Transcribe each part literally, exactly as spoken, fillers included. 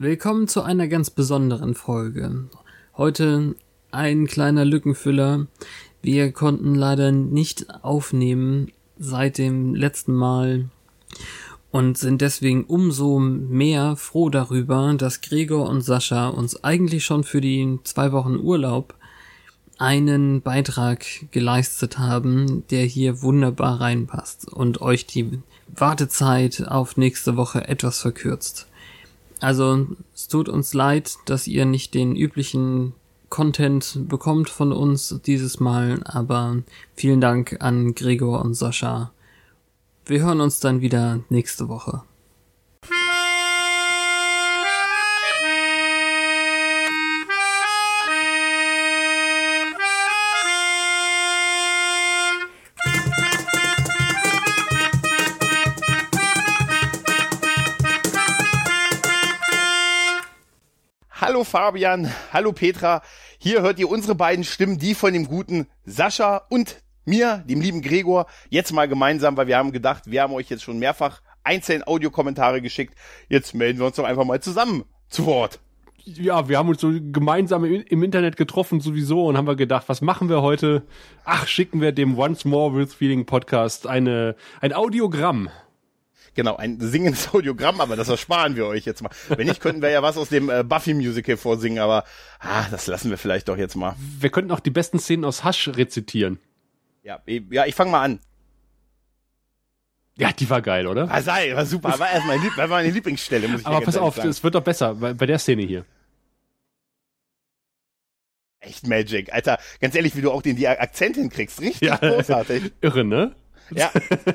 Willkommen zu einer ganz besonderen Folge. Heute ein kleiner Lückenfüller. Wir konnten leider nicht aufnehmen seit dem letzten Mal und sind deswegen umso mehr froh darüber, dass Gregor und Sascha uns eigentlich schon für die zwei Wochen Urlaub einen Beitrag geleistet haben, der hier wunderbar reinpasst und euch die Wartezeit auf nächste Woche etwas verkürzt. Also es tut uns leid, dass ihr nicht den üblichen Content bekommt von uns dieses Mal, aber vielen Dank an Gregor und Sascha. Wir hören uns dann wieder nächste Woche. Hallo Fabian, hallo Petra, hier hört ihr unsere beiden Stimmen, die von dem guten Sascha und mir, dem lieben Gregor, jetzt mal gemeinsam, weil wir haben gedacht, wir haben euch jetzt schon mehrfach einzeln Audiokommentare geschickt, jetzt melden wir uns doch einfach mal zusammen zu Wort. Ja, wir haben uns so gemeinsam im Internet getroffen sowieso und haben wir gedacht, was machen wir heute? Ach, schicken wir dem Once More With Feeling Podcast eine ein Audiogramm. Genau, ein singendes Audiogramm, aber das ersparen wir euch jetzt mal. Wenn nicht, könnten wir ja was aus dem äh, Buffy-Musical vorsingen, aber ah, das lassen wir vielleicht doch jetzt mal. Wir könnten auch die besten Szenen aus Hush rezitieren. Ja, ja, ich fange mal an. Ja, die war geil, oder? Ah, sei, war super, war erst meine, Lieb- war meine Lieblingsstelle, muss ich aber dir pass ganz auf, ehrlich sagen. es wird doch besser, bei, bei der Szene hier. Echt Magic, Alter, ganz ehrlich, wie du auch den die Akzent hinkriegst, richtig Ja, großartig. Irre, ne? Ja.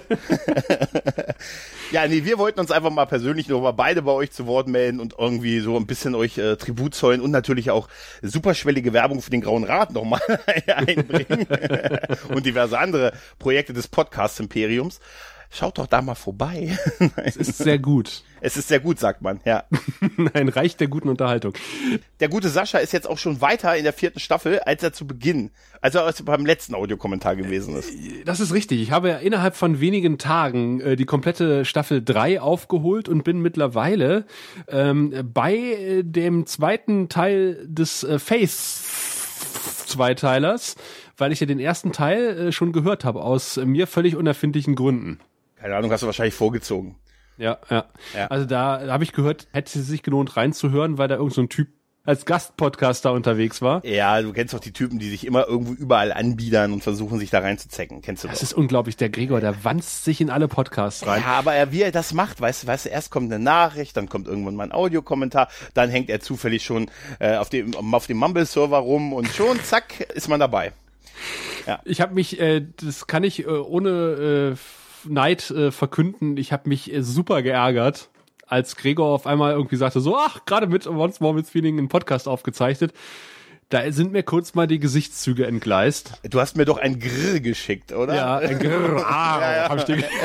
Ja, nee, wir wollten uns einfach mal persönlich noch mal beide bei euch zu Wort melden und irgendwie so ein bisschen euch äh, Tribut zollen und natürlich auch superschwellige Werbung für den Grauen Rat nochmal einbringen und diverse andere Projekte des Podcast-Imperiums. Schaut doch da mal vorbei. Es ist sehr gut. Es ist sehr gut, sagt man, ja. Ein Reich der guten Unterhaltung. Der gute Sascha ist jetzt auch schon weiter in der vierten Staffel, als er zu Beginn, also als er beim letzten Audiokommentar gewesen ist. Das ist richtig. Ich habe ja innerhalb von wenigen Tagen äh, die komplette Staffel drei aufgeholt und bin mittlerweile ähm, bei äh, dem zweiten Teil des äh, Faith-Zweiteilers, weil ich ja den ersten Teil äh, schon gehört habe, aus äh, mir völlig unerfindlichen Gründen. Keine Ahnung, hast du wahrscheinlich vorgezogen. Ja, ja, Ja. Also da, da habe ich gehört, hätte es sich gelohnt reinzuhören, weil da irgend so ein Typ als Gastpodcaster unterwegs war. Ja, du kennst doch die Typen, die sich immer irgendwo überall anbiedern und versuchen, sich da reinzuzecken. Kennst du Das doch. ist unglaublich. Der Gregor, der wanzt sich in alle Podcasts rein. Ja, aber er, wie er das macht, weißt du, weißt du, erst kommt eine Nachricht, dann kommt irgendwann mal ein Audiokommentar, dann hängt er zufällig schon äh, auf dem auf dem Mumble-Server rum und schon, zack, ist man dabei. Ja. Ich habe mich, äh, das kann ich äh, ohne äh, Neid äh, verkünden, ich habe mich äh, super geärgert, als Gregor auf einmal irgendwie sagte so, ach, gerade mit Once More With Feeling einen Podcast aufgezeichnet. Da sind mir kurz mal die Gesichtszüge entgleist. Du hast mir doch ein Grrr geschickt, oder? Ja, ein Grrr, ah, Ja, ja. hab ich dir ge-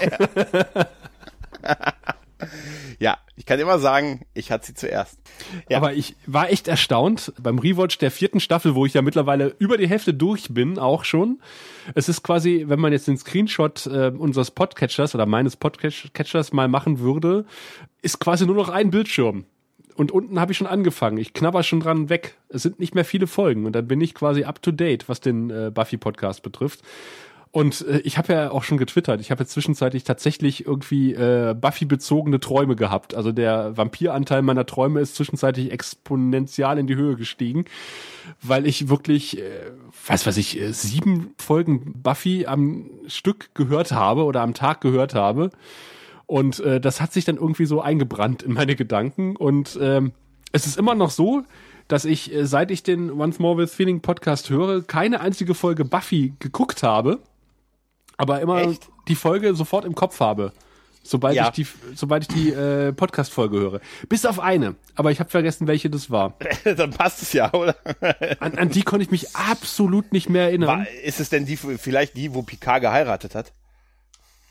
Ja, ich kann immer sagen, ich hatte sie zuerst. Ja. Aber ich war echt erstaunt beim Rewatch der vierten Staffel, wo ich ja mittlerweile über die Hälfte durch bin, auch schon. Es ist quasi, wenn man jetzt den Screenshot äh, unseres Podcatchers oder meines Podcatchers mal machen würde, ist quasi nur noch ein Bildschirm. Und unten habe ich schon angefangen. Ich knabber schon dran weg. Es sind nicht mehr viele Folgen. Und dann bin ich quasi up to date, was den äh, Buffy-Podcast betrifft. Und äh, ich habe ja auch schon getwittert, ich habe ja zwischenzeitlich tatsächlich irgendwie äh, Buffy-bezogene Träume gehabt. Also der Vampiranteil meiner Träume ist zwischenzeitlich exponentiell in die Höhe gestiegen, weil ich wirklich, äh, weiß was ich, äh, sieben Folgen Buffy am Stück gehört habe oder am Tag gehört habe. Und äh, das hat sich dann irgendwie so eingebrannt in meine Gedanken. Und ähm, es ist immer noch so, dass ich, äh, seit ich den Once More With Feeling Podcast höre, keine einzige Folge Buffy geguckt habe. Aber immer Echt? die Folge sofort im Kopf habe, sobald Ja. ich die, sobald ich die äh, Podcast-Folge höre. Bis auf eine, aber ich habe vergessen, welche das war. Dann passt es ja, oder? An, an die konnte ich mich absolut nicht mehr erinnern. War, ist es denn die, vielleicht die, wo Picard geheiratet hat?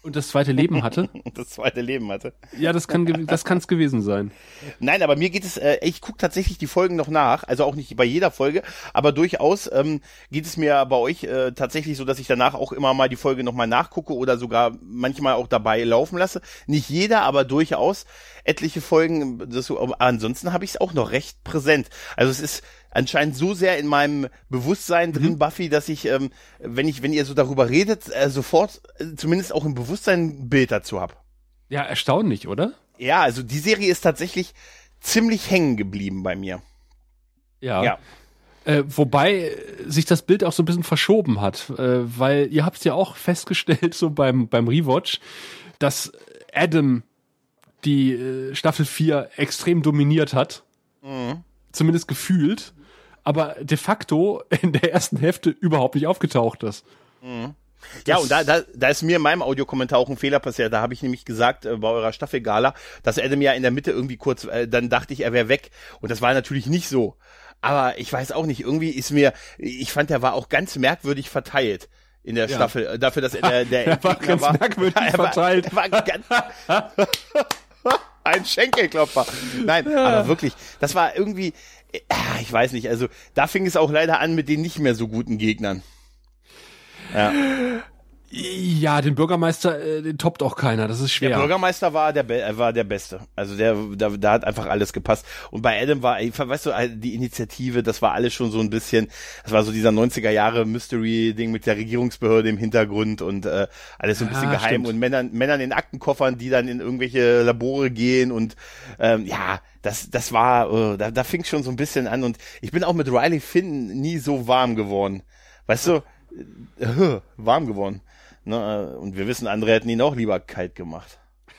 Und das zweite Leben hatte? Das zweite Leben hatte. Ja, das kann das kann's gewesen sein. Nein, aber mir geht es, äh, ich gucke tatsächlich die Folgen noch nach, also auch nicht bei jeder Folge, aber durchaus ähm, geht es mir bei euch äh, tatsächlich so, dass ich danach auch immer mal die Folge nochmal nachgucke oder sogar manchmal auch dabei laufen lasse. Nicht jeder, aber durchaus etliche Folgen. Das so, aber ansonsten habe ich es auch noch recht präsent. Also es ist anscheinend so sehr in meinem Bewusstsein drin, mhm. Buffy, dass ich, ähm, wenn ich, wenn ihr so darüber redet, äh, sofort äh, zumindest auch im Bewusstsein ein Bild dazu hab. Ja, erstaunlich, oder? Ja, also die Serie ist tatsächlich ziemlich hängen geblieben bei mir. Ja. ja. Äh, wobei sich das Bild auch so ein bisschen verschoben hat, äh, weil ihr habt es ja auch festgestellt, so beim, beim Rewatch, dass Adam die äh, Staffel vier extrem dominiert hat. Mhm. Zumindest gefühlt. Aber de facto in der ersten Hälfte überhaupt nicht aufgetaucht ist. Mhm. Ja, und da, da, da ist mir in meinem Audiokommentar auch ein Fehler passiert. Da habe ich nämlich gesagt, äh, bei eurer Staffelgala, dass Adam ja in der Mitte irgendwie kurz, äh, dann dachte ich, er wäre weg. Und das war natürlich nicht so. Aber ich weiß auch nicht, irgendwie ist mir, ich fand, er war auch ganz merkwürdig verteilt in der ja. Staffel. Dafür, dass er der, der er war ganz war, merkwürdig er war, verteilt. Er war ganz ein Schenkelklopfer. Nein, ja. aber wirklich, das war irgendwie, ich weiß nicht, also da fing es auch leider an mit den nicht mehr so guten Gegnern. Ja. Ja, den Bürgermeister, äh, den toppt auch keiner, das ist schwer. Der Bürgermeister war der, Be- war der Beste. Also der, da, da hat einfach alles gepasst. Und bei Adam war, weißt du, die Initiative, das war alles schon so ein bisschen, das war so dieser neunziger Jahre Mystery-Ding mit der Regierungsbehörde im Hintergrund und äh, alles so ein bisschen ja, geheim stimmt. Und Männern, Männern in Aktenkoffern, die dann in irgendwelche Labore gehen und ähm, ja, das, das war, uh, da, da fing schon so ein bisschen an und ich bin auch mit Riley Finn nie so warm geworden. Weißt du, äh, warm geworden. Ne, und wir wissen, andere hätten ihn auch lieber kalt gemacht.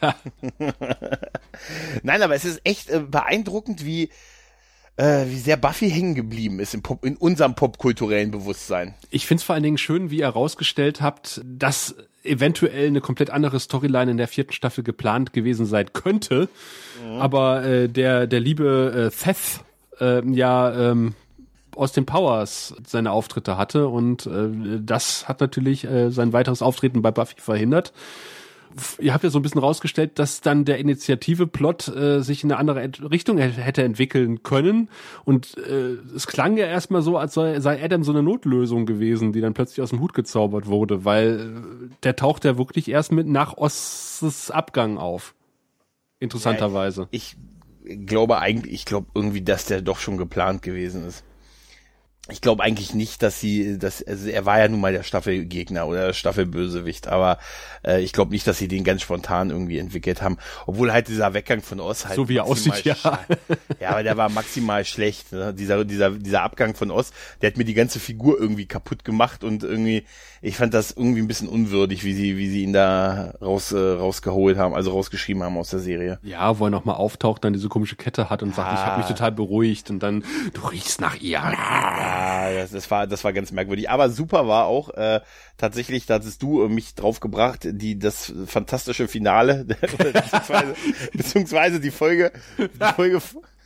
Nein, aber es ist echt äh, beeindruckend, wie äh, wie sehr Buffy hängen geblieben ist im Pop, in unserem popkulturellen Bewusstsein. Ich find's vor allen Dingen schön, wie ihr herausgestellt habt, dass eventuell eine komplett andere Storyline in der vierten Staffel geplant gewesen sein könnte. Mhm. Aber äh, der der liebe äh, Seth äh, ja ähm, aus den Powers seine Auftritte hatte und äh, das hat natürlich äh, sein weiteres Auftreten bei Buffy verhindert. Ihr habt ja so ein bisschen rausgestellt, dass dann der Initiative-Plot äh, sich in eine andere Ent- Richtung h- hätte entwickeln können und äh, es klang ja erstmal so, als sei, sei Adam so eine Notlösung gewesen, die dann plötzlich aus dem Hut gezaubert wurde, weil äh, der taucht ja wirklich erst mit nach Osts Abgang auf. Interessanterweise. Ja, ich, ich glaube eigentlich, ich glaube irgendwie, dass der doch schon geplant gewesen ist. Ich glaube eigentlich nicht, dass sie, dass also er war ja nun mal der Staffelgegner oder der Staffelbösewicht, aber äh, ich glaube nicht, dass sie den ganz spontan irgendwie entwickelt haben, obwohl halt dieser Weggang von Oz halt so wie er aussieht, ja. Ja, aber der war maximal schlecht. Ne? Dieser dieser dieser Abgang von Oz, der hat mir die ganze Figur irgendwie kaputt gemacht und irgendwie, ich fand das irgendwie ein bisschen unwürdig, wie sie wie sie ihn da raus äh, rausgeholt haben, also rausgeschrieben haben aus der Serie. Ja, wo er nochmal auftaucht, dann diese komische Kette hat und sagt, ah. ich habe mich total beruhigt und dann du riechst nach ihr. Ja, das, das war das war ganz merkwürdig. Aber super war auch äh, tatsächlich, da hattest du äh, mich drauf gebracht, die das fantastische Finale beziehungsweise, beziehungsweise die Folge, die Folge.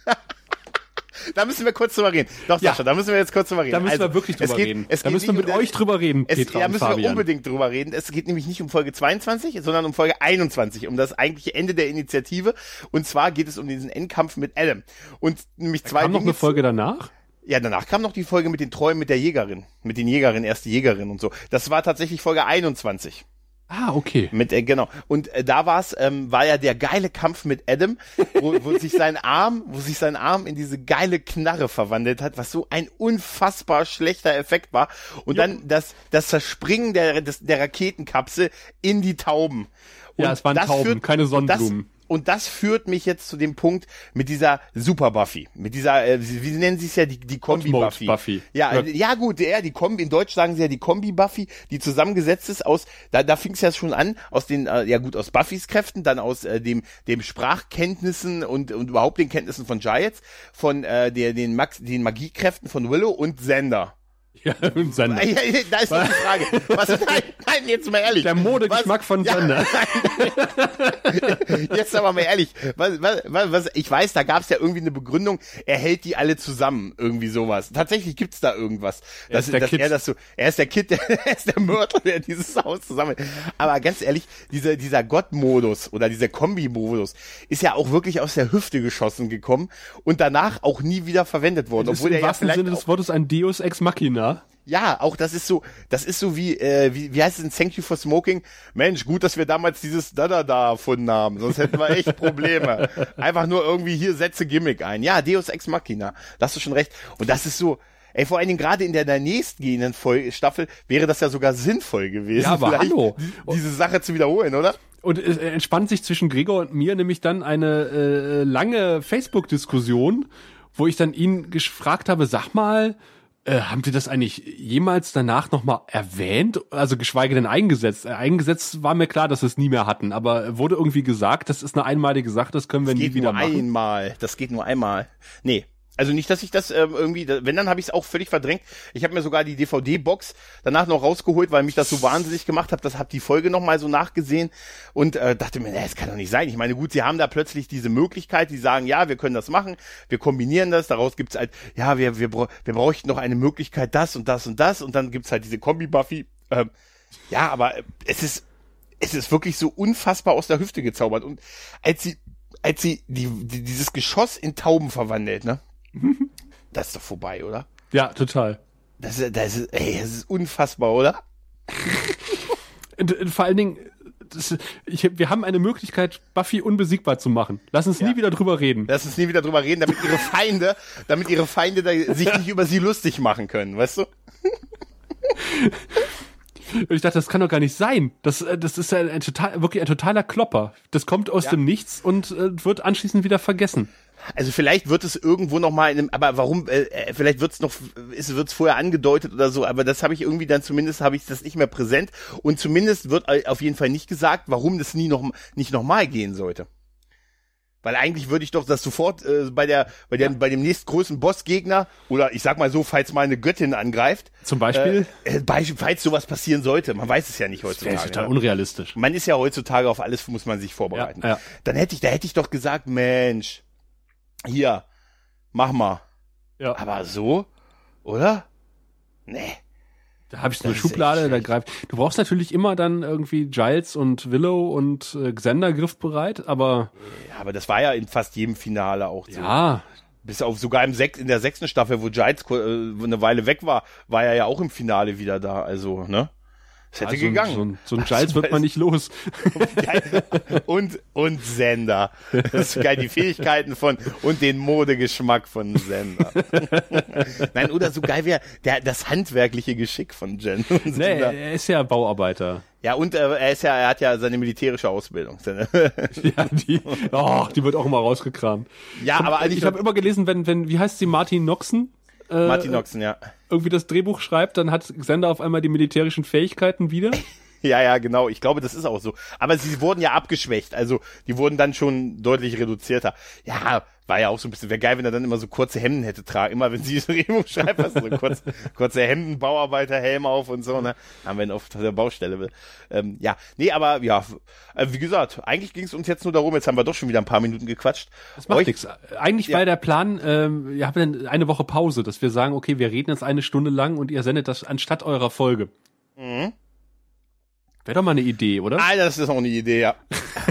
Da müssen wir kurz drüber reden. Doch, Sascha, ja. da müssen wir jetzt kurz drüber reden. Da müssen also, wir wirklich drüber geht, reden. Es da geht müssen wir mit um, euch drüber reden, es, Petra Ja, und müssen Fabian. wir unbedingt drüber reden. Es geht nämlich nicht um Folge zweiundzwanzig, sondern um Folge einundzwanzig, um das eigentliche Ende der Initiative. Und zwar geht es um diesen Endkampf mit Adam. Und nämlich zwei Kam noch eine Folge danach? Ja, danach kam noch die Folge mit den Träumen mit der Jägerin. Mit den Jägerinnen, erste Jägerin und so. Das war tatsächlich Folge einundzwanzig. Ah, okay. Mit äh, genau. Und äh, da war's, ähm, war ja der geile Kampf mit Adam, wo, wo sich sein Arm, wo sich sein Arm in diese geile Knarre verwandelt hat, was so ein unfassbar schlechter Effekt war. Und jo. dann das das Zerspringen der des, der Raketenkapsel in die Tauben. Und ja, es waren Tauben, führt, keine Sonnenblumen. Und das führt mich jetzt zu dem Punkt mit dieser Super Buffy, mit dieser, äh, wie nennen sie es ja, die, die Kombi-Buffy. Buffy. Ja, ja, ja gut, ja, die Kombi, in Deutsch sagen sie ja die Kombi-Buffy, die zusammengesetzt ist aus, da, da fing es ja schon an, aus den, äh, ja gut, aus Buffys Kräften, dann aus äh, dem, dem Sprachkenntnissen und, und überhaupt den Kenntnissen von Giants, von äh, der, den, Max, den Magiekräften von Willow und Xander. Ja, im Sender. Ja, ja, da ist doch die Frage. Was, nein, nein, jetzt mal ehrlich. Der Modegeschmack was, von ja, Sender. Jetzt aber mal ehrlich. Was, was, was, ich weiß, da gab es ja irgendwie eine Begründung, er hält die alle zusammen, irgendwie sowas. Tatsächlich gibt's da irgendwas. Er Dass, ist der dass Kid. er das so, er ist der Kid, der, er ist der Mörder, der dieses Haus zusammen. Aber ganz ehrlich, dieser, dieser Gott-Modus oder dieser Kombi-Modus ist ja auch wirklich aus der Hüfte geschossen gekommen und danach auch nie wieder verwendet worden. Das ist Obwohl er im ja wahrsten vielleicht Sinne des Wortes ein Deus Ex Machina. Ja, auch das ist so, das ist so wie, äh, wie, wie heißt es in Thank You for Smoking? Mensch, gut, dass wir damals dieses Da-Da-Da erfunden haben, sonst hätten wir echt Probleme. Einfach nur irgendwie hier setze Gimmick ein. Ja, Deus Ex Machina, da hast du schon recht. Und das ist so, ey, vor allen Dingen gerade in der, der nächstgehenden Folge, Staffel wäre das ja sogar sinnvoll gewesen, Ja, aber vielleicht hallo. diese Sache zu wiederholen, oder? Und es entspannt sich zwischen Gregor und mir nämlich dann eine äh, lange Facebook-Diskussion, wo ich dann ihn gefragt habe, sag mal, Äh, haben Sie das eigentlich jemals danach nochmal erwähnt? Also geschweige denn eingesetzt. Äh, eingesetzt war mir klar, dass wir es nie mehr hatten, aber wurde irgendwie gesagt, das ist eine einmalige Sache, das können wir Das nie geht wieder nur machen. einmal. Das geht nur einmal. Nee. Also nicht, dass ich das ähm, irgendwie, wenn, dann habe ich es auch völlig verdrängt. Ich habe mir sogar die D V D-Box danach noch rausgeholt, weil mich das so wahnsinnig gemacht hat. Das habe die Folge noch mal so nachgesehen und äh, dachte mir, nee, das kann doch nicht sein. Ich meine, gut, sie haben da plötzlich diese Möglichkeit, die sagen, ja, wir können das machen, wir kombinieren das, daraus gibt's halt, ja, wir wir, wir bräuchten noch eine Möglichkeit, das und das und das und dann gibt's halt diese Kombi-Buffy. Ähm, ja, aber es ist es ist wirklich so unfassbar aus der Hüfte gezaubert und als sie als sie die, die dieses Geschoss in Tauben verwandelt, ne? Das ist doch vorbei, oder? Ja, total. Das ist, das ist, ey, das ist unfassbar, oder? Und, und vor allen Dingen, das, ich, wir haben eine Möglichkeit, Buffy unbesiegbar zu machen. Lass uns Ja. nie wieder drüber reden. Lass uns nie wieder drüber reden, damit ihre Feinde, damit ihre Feinde da sich nicht über sie lustig machen können, weißt du? Und ich dachte, das kann doch gar nicht sein. Das, äh, das ist ja ein, ein total, wirklich ein totaler Klopper. Das kommt aus Ja. dem Nichts und äh, wird anschließend wieder vergessen. Also vielleicht wird es irgendwo noch mal in einem, aber warum, äh, vielleicht wird es noch, ist, wird es vorher angedeutet oder so, aber das habe ich irgendwie dann zumindest, habe ich das nicht mehr präsent und zumindest wird auf jeden Fall nicht gesagt, warum das nie noch, nicht nochmal gehen sollte. Weil eigentlich würde ich doch das sofort äh, bei der, bei der, bei dem nächstgrößten Bossgegner oder ich sag mal so, falls mal eine Göttin angreift. Zum Beispiel? Äh, äh, Beispiel, falls sowas passieren sollte. Man weiß es ja nicht Das heutzutage. wäre total ne? unrealistisch. Man ist ja heutzutage auf alles, muss man sich vorbereiten. Ja, ja. Dann hätte ich, da hätte ich doch gesagt, Mensch, hier, mach mal. Ja. Aber so, oder? Nee. Da habe ich so Das eine ist Schublade, echt da schlecht. greift. Du brauchst natürlich immer dann irgendwie Giles und Willow und äh, Xander griffbereit, aber Ja, aber das war ja in fast jedem Finale auch so. ja, Bis auf sogar im Sek- in der sechsten Staffel, wo Giles äh, eine Weile weg war, war er ja auch im Finale wieder da. Also, ne? Es hätte also gegangen. So ein, so ein Giles wird man nicht los. Geil. Und, und Sender. Das ist geil, die Fähigkeiten von, und den Modegeschmack von Sender. Nein, oder so geil wäre der, das handwerkliche Geschick von Jen. und Nee, Sender. er ist ja Bauarbeiter. Ja, und äh, er ist ja, er hat ja seine militärische Ausbildung. Seine- Ja, die, oh, die wird auch immer rausgekramt. ja, aber ich eigentlich, habe immer gelesen, wenn, wenn, wie heißt sie, Martin Noxon? Äh, Martin Noxon, ja. irgendwie das Drehbuch schreibt, dann hat Xander auf einmal die militärischen Fähigkeiten wieder. Ja, ja, genau. Ich glaube, das ist auch so. Aber sie wurden ja abgeschwächt. Also, die wurden dann schon deutlich reduzierter. Ja, war ja auch so ein bisschen, wäre geil, wenn er dann immer so kurze Hemden hätte tragen. Immer wenn sie so Drehbuch schreibt, hast du so kurz, kurze Hemden, Bauarbeiterhelm auf und so, ne? Haben wir ihn auf der Baustelle will. Ähm, ja, nee, aber ja, äh, wie gesagt, eigentlich ging es uns jetzt nur darum, jetzt haben wir doch schon wieder ein paar Minuten gequatscht. Das macht Euch- nichts. Eigentlich Ja. war der Plan, ähm, wir haben dann eine Woche Pause, dass wir sagen, okay, wir reden jetzt eine Stunde lang und ihr sendet das anstatt eurer Folge. Mhm. Wäre doch mal eine Idee, oder? Ah, das ist auch eine Idee, ja.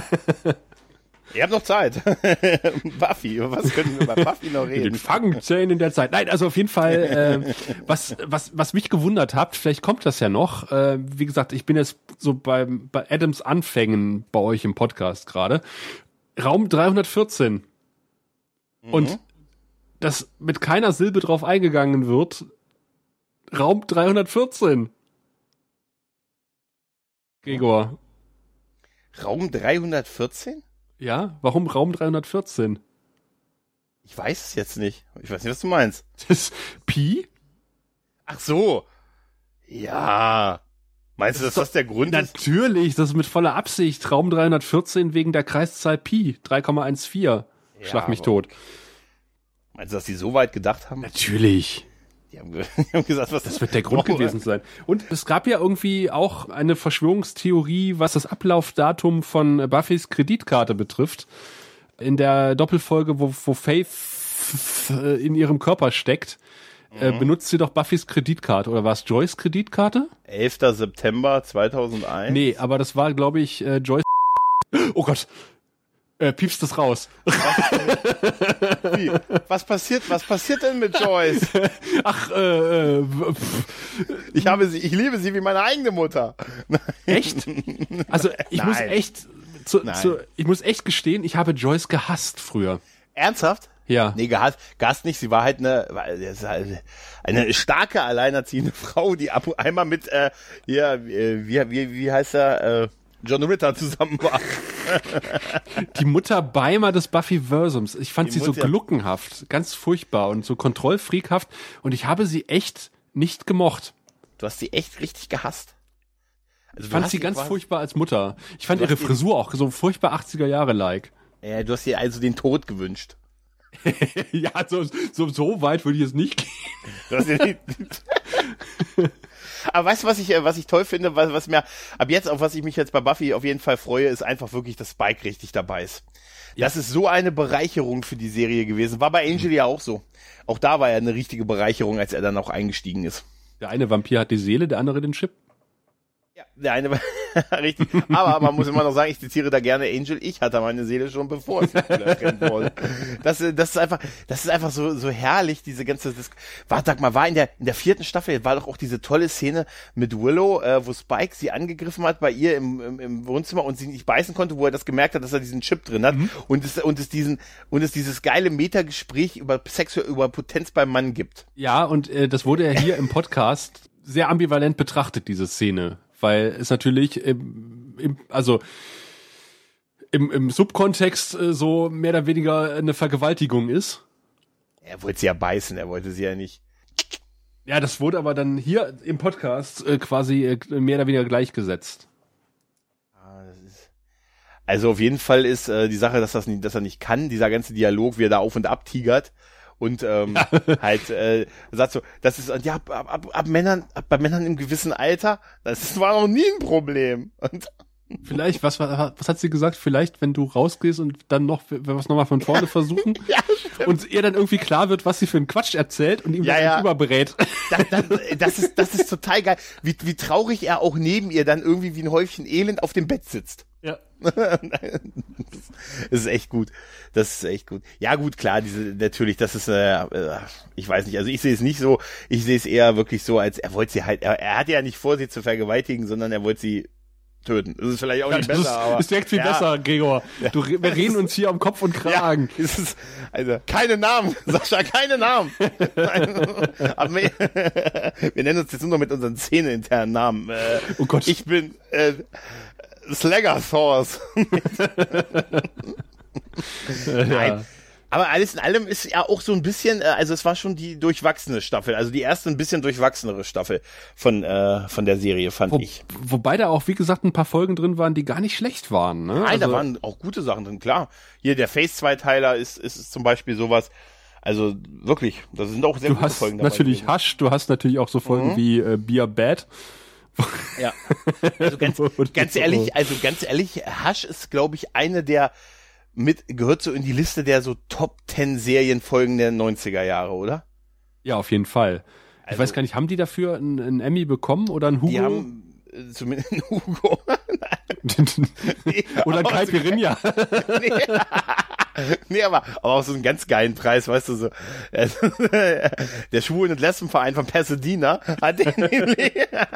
Ihr habt noch Zeit. Buffy, über was können wir bei Buffy noch In den reden? Fangzähnen der Zeit. Nein, also auf jeden Fall, äh, was, was, was mich gewundert hat, vielleicht kommt das ja noch. Äh, wie gesagt, ich bin jetzt so beim, bei Adams Anfängen bei euch im Podcast gerade. Raum dreihundertvierzehn. Und dass mit keiner Silbe drauf eingegangen wird. Raum dreihundertvierzehn. Gregor. Raum dreihundertvierzehn? Ja, warum Raum dreihundertvierzehn? Ich weiß es jetzt nicht. Ich weiß nicht, was du meinst. Das Pi? Ach so. Ja. Meinst du, dass das der Grund ist? Natürlich, das ist mit voller Absicht. Raum dreihundertvierzehn wegen der Kreiszahl Pi, drei Komma vierzehn. Schlag Ja, mich aber- tot. Meinst du, dass die so weit gedacht haben? Natürlich. Die haben, die haben gesagt, was das wird der Grund gewesen sein. Und es gab ja irgendwie auch eine Verschwörungstheorie, was das Ablaufdatum von Buffys Kreditkarte betrifft. In der Doppelfolge, wo, wo Faith in ihrem Körper steckt, mhm. äh, benutzt sie doch Buffys Kreditkarte. Oder war es Joyce Kreditkarte? elfter September zweitausendeins. Nee, aber das war, glaube ich, äh, Joyce. Oh Gott. Äh, piepst das raus. Was, Wie? was passiert, was passiert denn mit Joyce? Ach, äh, äh ich habe sie, ich liebe sie wie meine eigene Mutter. Echt? Also ich Nein. muss echt, zu, zu, ich muss echt gestehen, ich habe Joyce gehasst früher. Ernsthaft? Ja. Nee, gehasst, gehasst nicht. Sie war halt eine, eine starke, alleinerziehende Frau, die ab und einmal mit, äh, hier, wie, wie, wie heißt er, äh, John Ritter zusammen war. Die Mutter Beimer des Buffyversums. Ich fand Die sie Mutter- so gluckenhaft, ganz furchtbar und so kontrollfreakhaft und ich habe sie echt nicht gemocht. Du hast sie echt richtig gehasst. Also Ich du fand hast sie ganz quasi- furchtbar als Mutter. Ich fand Du hast ihre ihr- Frisur auch so furchtbar achtziger Jahre like. Ja, du hast ihr also den Tod gewünscht. Ja, so, so, so weit würde ich es nicht gehen. Du hast ihr den Aber weißt du, was ich, äh, was ich toll finde, was, was mir ab jetzt, auf was ich mich jetzt bei Buffy auf jeden Fall freue, ist einfach wirklich, dass Spike richtig dabei ist. Das ist so eine Bereicherung für die Serie gewesen. War bei Angel ja auch so. Auch da war er eine richtige Bereicherung, als er dann auch eingestiegen ist. Der eine Vampir hat die Seele, der andere den Chip. Ja, der eine war richtig. Aber man muss immer noch sagen, ich zitiere da gerne Angel. Ich hatte meine Seele schon bevor es erkennen wurde. Das, das ist einfach, das ist einfach so, so herrlich, diese ganze, das, war, sag mal, war in der, in der vierten Staffel, war doch auch diese tolle Szene mit Willow, äh, wo Spike sie angegriffen hat bei ihr im, im, im Wohnzimmer und sie nicht beißen konnte, wo er das gemerkt hat, dass er diesen Chip drin hat mhm. und es, und es diesen, und es dieses geile Metagespräch über Sex, über Potenz beim Mann gibt. Ja, und äh, das wurde ja hier im Podcast sehr ambivalent betrachtet, diese Szene. Weil es natürlich, im, im, also im, im Subkontext äh, so mehr oder weniger eine Vergewaltigung ist. Er wollte sie ja beißen, er wollte sie ja nicht. Ja, das wurde aber dann hier im Podcast äh, quasi äh, mehr oder weniger gleichgesetzt. Ah, das ist also auf jeden Fall ist äh, die Sache, dass, das nicht, dass er nicht kann, dieser ganze Dialog, wie er da auf und ab tigert. Und ähm, ja. halt äh, sagt so, das ist ja ab, ab, ab Männern, ab bei Männern im gewissen Alter, das war noch nie ein Problem. Und vielleicht, was war, was hat sie gesagt? Vielleicht, wenn du rausgehst und dann noch, wenn wir es nochmal von vorne ja. versuchen ja, stimmt. und ihr dann irgendwie klar wird, was sie für einen Quatsch erzählt und ihm ja, dann ja. überberät. Das, das, das ist, das ist total geil, wie, wie traurig er auch neben ihr dann irgendwie wie ein Häufchen Elend auf dem Bett sitzt. Ja. Das ist echt gut. Das ist echt gut. Ja gut, klar, diese natürlich, das ist, äh, ich weiß nicht, also ich sehe es nicht so, ich sehe es eher wirklich so, als er wollte sie halt, er, er hatte ja nicht vor, sie zu vergewaltigen, sondern er wollte sie töten. Das ist vielleicht auch ja, nicht das besser, ist, aber. Ist direkt viel ja. besser, Gregor. Du, wir reden uns hier am Kopf und Kragen. Ja, es ist, also, keine Namen, Sascha, keine Namen. Aber wir, wir nennen uns jetzt nur noch mit unseren Szene-internen Namen. Äh, oh Gott. Ich bin, äh, Slaggerthorse. Nein. Ja. Aber alles in allem ist ja auch so ein bisschen, also es war schon die durchwachsene Staffel, also die erste ein bisschen durchwachsenere Staffel von äh, von der Serie, fand Wo, ich. Wobei da auch, wie gesagt, ein paar Folgen drin waren, die gar nicht schlecht waren. Ne? Nein, also, da waren auch gute Sachen drin, klar. Hier der Face-Zweiteiler ist, ist ist zum Beispiel sowas, also wirklich, da sind auch sehr du gute hast Folgen dabei. natürlich gewesen. Hush, du hast natürlich auch so Folgen Mhm. wie äh, Be a Bad. Ja. Also ganz, ganz ehrlich, also ganz ehrlich, Hush ist, glaube ich, eine der mit, gehört so in die Liste der so Top Ten Serienfolgen der neunziger Jahre, oder? Ja, auf jeden Fall. Ich Also- weiß gar nicht, haben die dafür einen, einen Emmy bekommen oder einen Hugo? Die haben äh, zumindest einen Hugo. Nee, oder ein aber- Caipirinha. nee. Nee, aber, aber auch so einen ganz geilen Preis, weißt du, so. äh, Der Schwulen- und Lesbenverein von Pasadena hat den nämlich.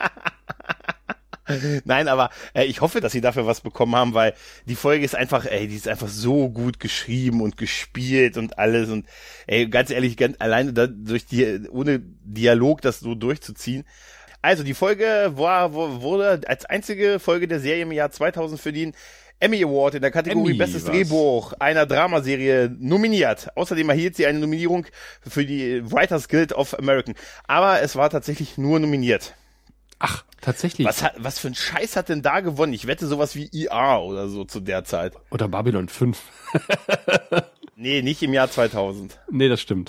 Nein, aber äh, ich hoffe, dass sie dafür was bekommen haben, weil die Folge ist einfach, ey, die ist einfach so gut geschrieben und gespielt und alles und ey, ganz ehrlich, ganz alleine da, durch die, ohne Dialog das so durchzuziehen. Also die Folge war, wurde als einzige Folge der Serie im Jahr zweitausend für den Emmy Award in der Kategorie Emmy, Bestes was? Drehbuch einer Dramaserie nominiert. Außerdem erhielt sie eine Nominierung für die Writers Guild of America. Aber es war tatsächlich nur nominiert. Ach, tatsächlich. Was hat, was für ein Scheiß hat denn da gewonnen? Ich wette sowas wie I A oder so zu der Zeit. Oder Babylon fünf. Nee, nicht im Jahr zweitausend. Nee, das stimmt.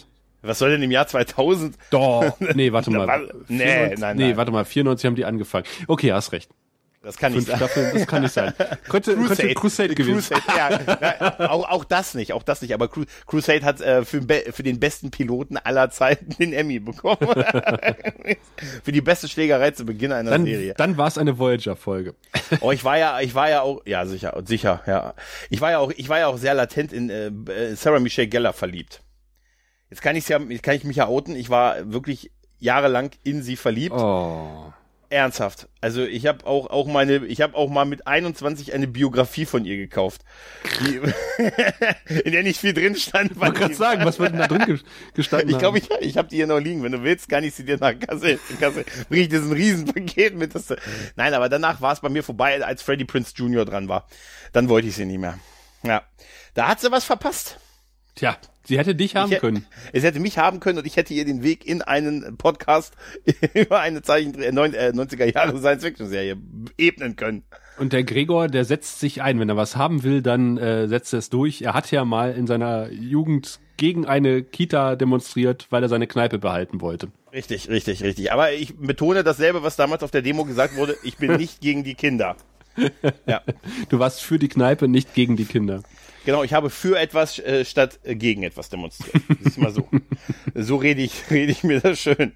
Was soll denn im Jahr zweitausend? Doch, nee, warte mal. nee, vierundneunzig, nein, nee, nein. warte mal, vierundneunzig haben die angefangen. Okay, hast recht. Das kann nicht Fünf sein. Staffeln, das kann nicht sein. Könnte Crusade, könnte Crusade gewesen Crusade, ja, ja, auch, auch das nicht, auch das nicht. Aber Cru- Crusade hat äh, für, für den besten Piloten aller Zeiten den Emmy bekommen. Für die beste Schlägerei zu Beginn einer dann, Serie. Dann war es eine Voyager-Folge. Oh, ich war ja, ich war ja auch, ja sicher, sicher, ja. Ich war ja auch, ich war ja auch sehr latent in äh, Sarah Michelle Gellar verliebt. Jetzt kann ich's ja, jetzt kann ich mich ja outen. Ich war wirklich jahrelang in sie verliebt. Oh. Ernsthaft. Also ich habe auch auch meine, ich habe auch mal mit einundzwanzig eine Biografie von ihr gekauft, die, in der nicht viel drin stand. Ich wollte gerade sagen, was wird denn da drin gestanden? Ich glaube, ich, ich habe die hier noch liegen. Wenn du willst, kann ich sie dir nach Kasse, Kasse bringe ich dir so ein Riesenpaket mit. Das, nein, aber danach war es bei mir vorbei, als Freddie Prinze Junior dran war. Dann wollte ich sie nicht mehr. Ja, da hat sie was verpasst. Tja, sie hätte dich haben ich, können. Es hätte mich haben können und ich hätte ihr den Weg in einen Podcast über eine Zeichen äh, neunziger Jahre Science-Fiction-Serie ebnen können. Und der Gregor, der setzt sich ein. Wenn er was haben will, dann äh, setzt er es durch. Er hat ja mal in seiner Jugend gegen eine Kita demonstriert, weil er seine Kneipe behalten wollte. Richtig, richtig, richtig. Aber ich betone dasselbe, was damals auf der Demo gesagt wurde. Ich bin nicht gegen die Kinder. Ja. Du warst für die Kneipe, nicht gegen die Kinder. Genau, ich habe für etwas äh, statt äh, gegen etwas demonstriert. Das ist mal so. So rede ich, rede ich mir das schön.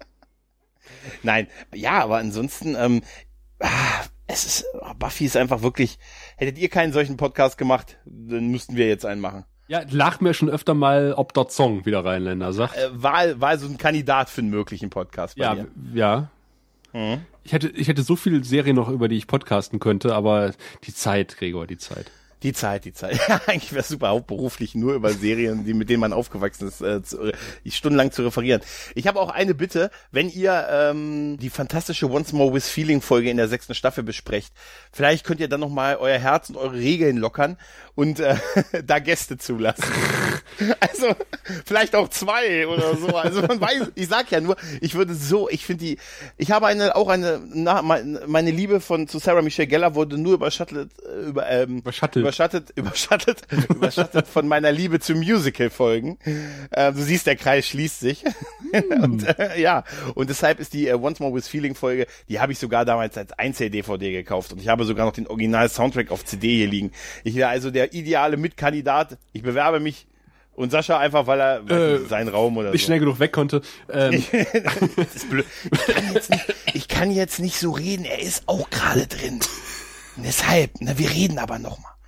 Nein, ja, aber ansonsten, ähm, ah, es ist, Buffy ist einfach wirklich, hättet ihr keinen solchen Podcast gemacht, dann müssten wir jetzt einen machen. Ja, lacht mir schon öfter mal, ob dort Song wieder Rheinländer sagt. Äh, war, war so ein Kandidat für einen möglichen Podcast bei ja, dir. Ja, Mhm. Ich hätte, ich hätte so viele Serien noch, über die ich podcasten könnte, aber die Zeit, Gregor, die Zeit. Die Zeit, die Zeit. Ja, eigentlich wäre es super, hauptberuflich nur über Serien, die mit denen man aufgewachsen ist, äh, zu, äh, stundenlang zu referieren. Ich habe auch eine Bitte, wenn ihr ähm, die fantastische Once More with Feeling Folge in der sechsten Staffel besprecht, vielleicht könnt ihr dann nochmal euer Herz und eure Regeln lockern und äh, da Gäste zulassen. Also vielleicht auch zwei oder so. Also man weiß, ich sag ja nur, ich würde so, ich finde die, ich habe eine auch eine, na, meine Liebe von zu Sarah Michelle Gellar wurde nur überschattet, über ähm, Überschattet. Überschattet, überschattet, überschattet von meiner Liebe zu Musical-Folgen. Äh, du siehst, der Kreis schließt sich. und, äh, ja, und deshalb ist die äh, Once More with Feeling-Folge, die habe ich sogar damals als Einzel-D V D gekauft und ich habe sogar noch den Original-Soundtrack auf C D hier liegen. Ich wäre also der ideale Mitkandidat. Ich bewerbe mich und Sascha einfach, weil er Äh, nicht, seinen Raum oder ich so. schnell genug weg konnte. Ähm, Das ist blöd. Ich kann, jetzt nicht, ich kann jetzt nicht so reden, er ist auch gerade drin. Und deshalb, na, wir reden aber noch mal.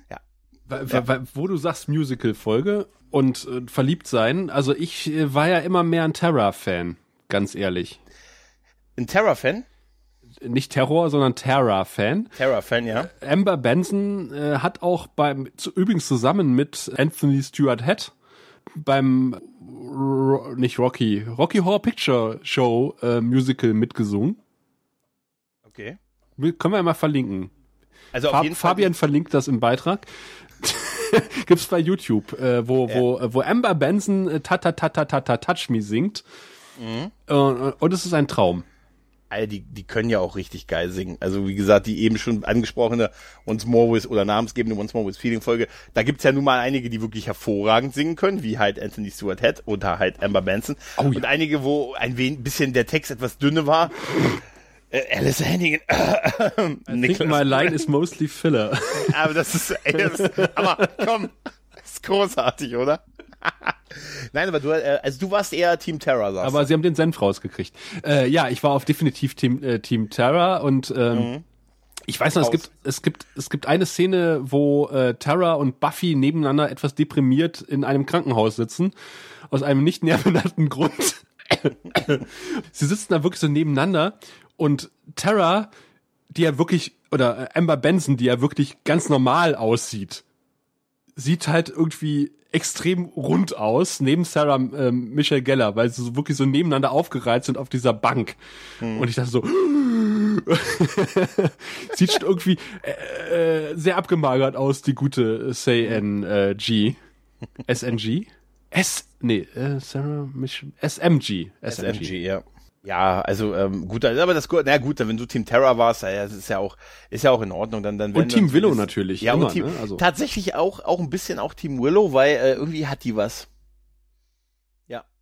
Weil, weil, wo du sagst Musical-Folge und äh, verliebt sein, also ich äh, war ja immer mehr ein Terra-Fan, ganz ehrlich. Ein Terra-Fan? Nicht Terror, sondern Terra-Fan. Terra-Fan, ja. Amber Benson äh, hat auch beim, zu, übrigens zusammen mit Anthony Stewart Head beim, Ro, nicht Rocky, Rocky Horror Picture Show äh, Musical mitgesungen. Okay. Können wir ja mal verlinken. Also auf Fab, jeden Fall. Fabian verlinkt das im Beitrag. Gibt's bei YouTube, äh, wo, Ja. wo, äh, wo Amber Benson äh, ta ta ta ta ta ta Touch Me singt. Mhm. Äh, und es ist ein Traum. Alter, die, die können ja auch richtig geil singen. Also wie gesagt, die eben schon angesprochene Once More With oder namensgebende Once More With Feeling Folge, da gibt's ja nun mal einige, die wirklich hervorragend singen können, wie halt Anthony Stewart Head oder halt Amber Benson. Oh ja. Und einige, wo ein wenig, bisschen der Text etwas dünne war. Äh, Alice Hannigan. I think my line is mostly filler. Aber das ist, ey, das ist, aber komm, das ist großartig, oder? Nein, aber du, äh, also du warst eher Team Terra, sagst Aber sie haben den Senf rausgekriegt. Äh, ja, ich war auf definitiv Team, äh, Team Terra und ähm, Mhm. ich weiß noch, es Raus. gibt, es gibt, es gibt eine Szene, wo äh, Terra und Buffy nebeneinander etwas deprimiert in einem Krankenhaus sitzen, aus einem nicht näher benannten Grund. Sie sitzen da wirklich so nebeneinander und Terra, die ja wirklich, oder äh, Amber Benson, die ja wirklich ganz normal aussieht, sieht halt irgendwie extrem rund aus, neben Sarah ähm, Michelle Gellar, weil sie so wirklich so nebeneinander aufgereiht sind auf dieser Bank. Hm. Und ich dachte so, sieht schon irgendwie äh, äh, sehr abgemagert aus, die gute C N G. S N G? S, nee, äh, Sarah Michelle, S M G. S M G, ja. Ja, also ähm, gut, aber das na gut, wenn du Team Terra warst, ja, das ist ja auch ist ja auch in Ordnung, dann dann Und Team Willow natürlich, ja, immer, und Team, ne? Also tatsächlich auch auch ein bisschen auch Team Willow, weil äh, irgendwie hat die was. Ja.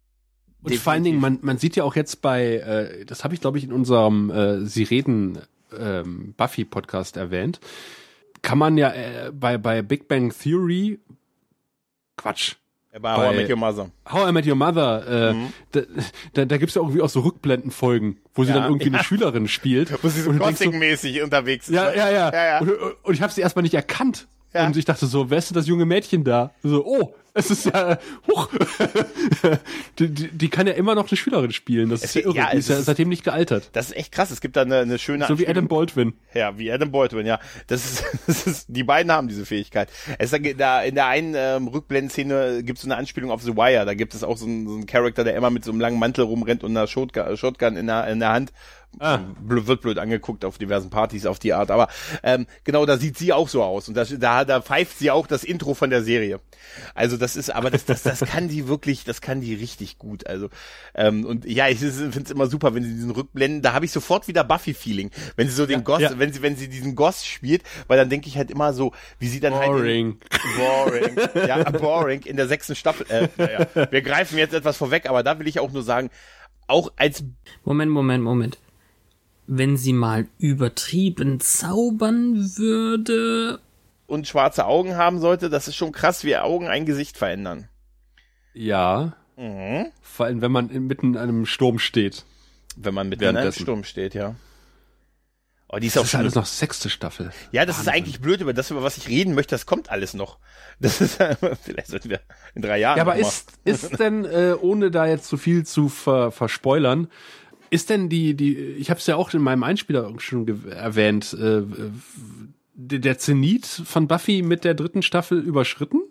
Und definitiv. vor allen Dingen, man, man sieht ja auch jetzt bei, äh, das habe ich glaube ich in unserem äh, Sie reden ähm, Buffy-Podcast erwähnt, kann man ja äh, bei, bei Big Bang Theory, Quatsch, Ja, bei How I Met Your Mother. How I Met Your Mother, äh, Mhm. da, da, da gibt's ja irgendwie auch so Rückblendenfolgen, wo sie Ja, dann irgendwie ja. eine Schülerin spielt. Wo sie so Und du denkst so, Gothic-mäßig unterwegs ist. ja, ne? ja, ja, ja, ja. Und, und ich habe sie erstmal nicht erkannt. Ja. Und ich dachte so, wer ist denn das junge Mädchen da? So, oh, es ist ja, huch. die, die, die kann ja immer noch eine Schülerin spielen. Das ist ja irre. ja, Die es ist ja ist- seitdem nicht gealtert. Das ist echt krass. Es gibt da eine, eine schöne So wie Anspielung. Adam Baldwin. Ja, wie Adam Baldwin, ja. Das ist, das ist, die beiden haben diese Fähigkeit. Es ist da in der einen ähm, Rückblendenszene gibt es so eine Anspielung auf The Wire. Da gibt es auch so einen, so einen Charakter, der immer mit so einem langen Mantel rumrennt und einer Shotgun, Shotgun in der, in der Hand. Ah. Blöd, wird blöd angeguckt auf diversen Partys auf die Art. Aber ähm, genau, da sieht sie auch so aus. Und das, da, da pfeift sie auch das Intro von der Serie. Also das ist, aber das, das, das kann die wirklich, das kann die richtig gut. Also ähm, und ja, ich finde es immer super, wenn sie diesen Rückblenden, da habe ich sofort wieder Buffy-Feeling, wenn sie so den Goss, ja. wenn sie, wenn sie diesen Goss spielt, weil dann denke ich halt immer so, wie sie dann Boring. halt in, boring, ja, boring in der sechsten Staffel. Äh, ja, wir greifen jetzt etwas vorweg, aber da will ich auch nur sagen, auch als Moment, Moment, Moment. Wenn sie mal übertrieben zaubern würde. und schwarze Augen haben sollte, das ist schon krass, wie Augen ein Gesicht verändern. Ja. Mhm. Vor allem, wenn man inmitten in einem Sturm steht. Wenn man mitten in einem Währenddessen. Sturm steht, ja. Oh, die ist Das auch ist schon alles noch sechste Staffel. Ja, das ist eigentlich blöd, über das, über was ich reden möchte, das kommt alles noch. Das ist, vielleicht sollten wir in drei Jahren. Ja, aber noch mal- ist, ist denn, äh, ohne da jetzt zu viel zu ver, verspoilern, ist denn die, die, ich habe es ja auch in meinem Einspieler schon ge- erwähnt, äh, äh, der der Zenit von Buffy mit der dritten Staffel überschritten?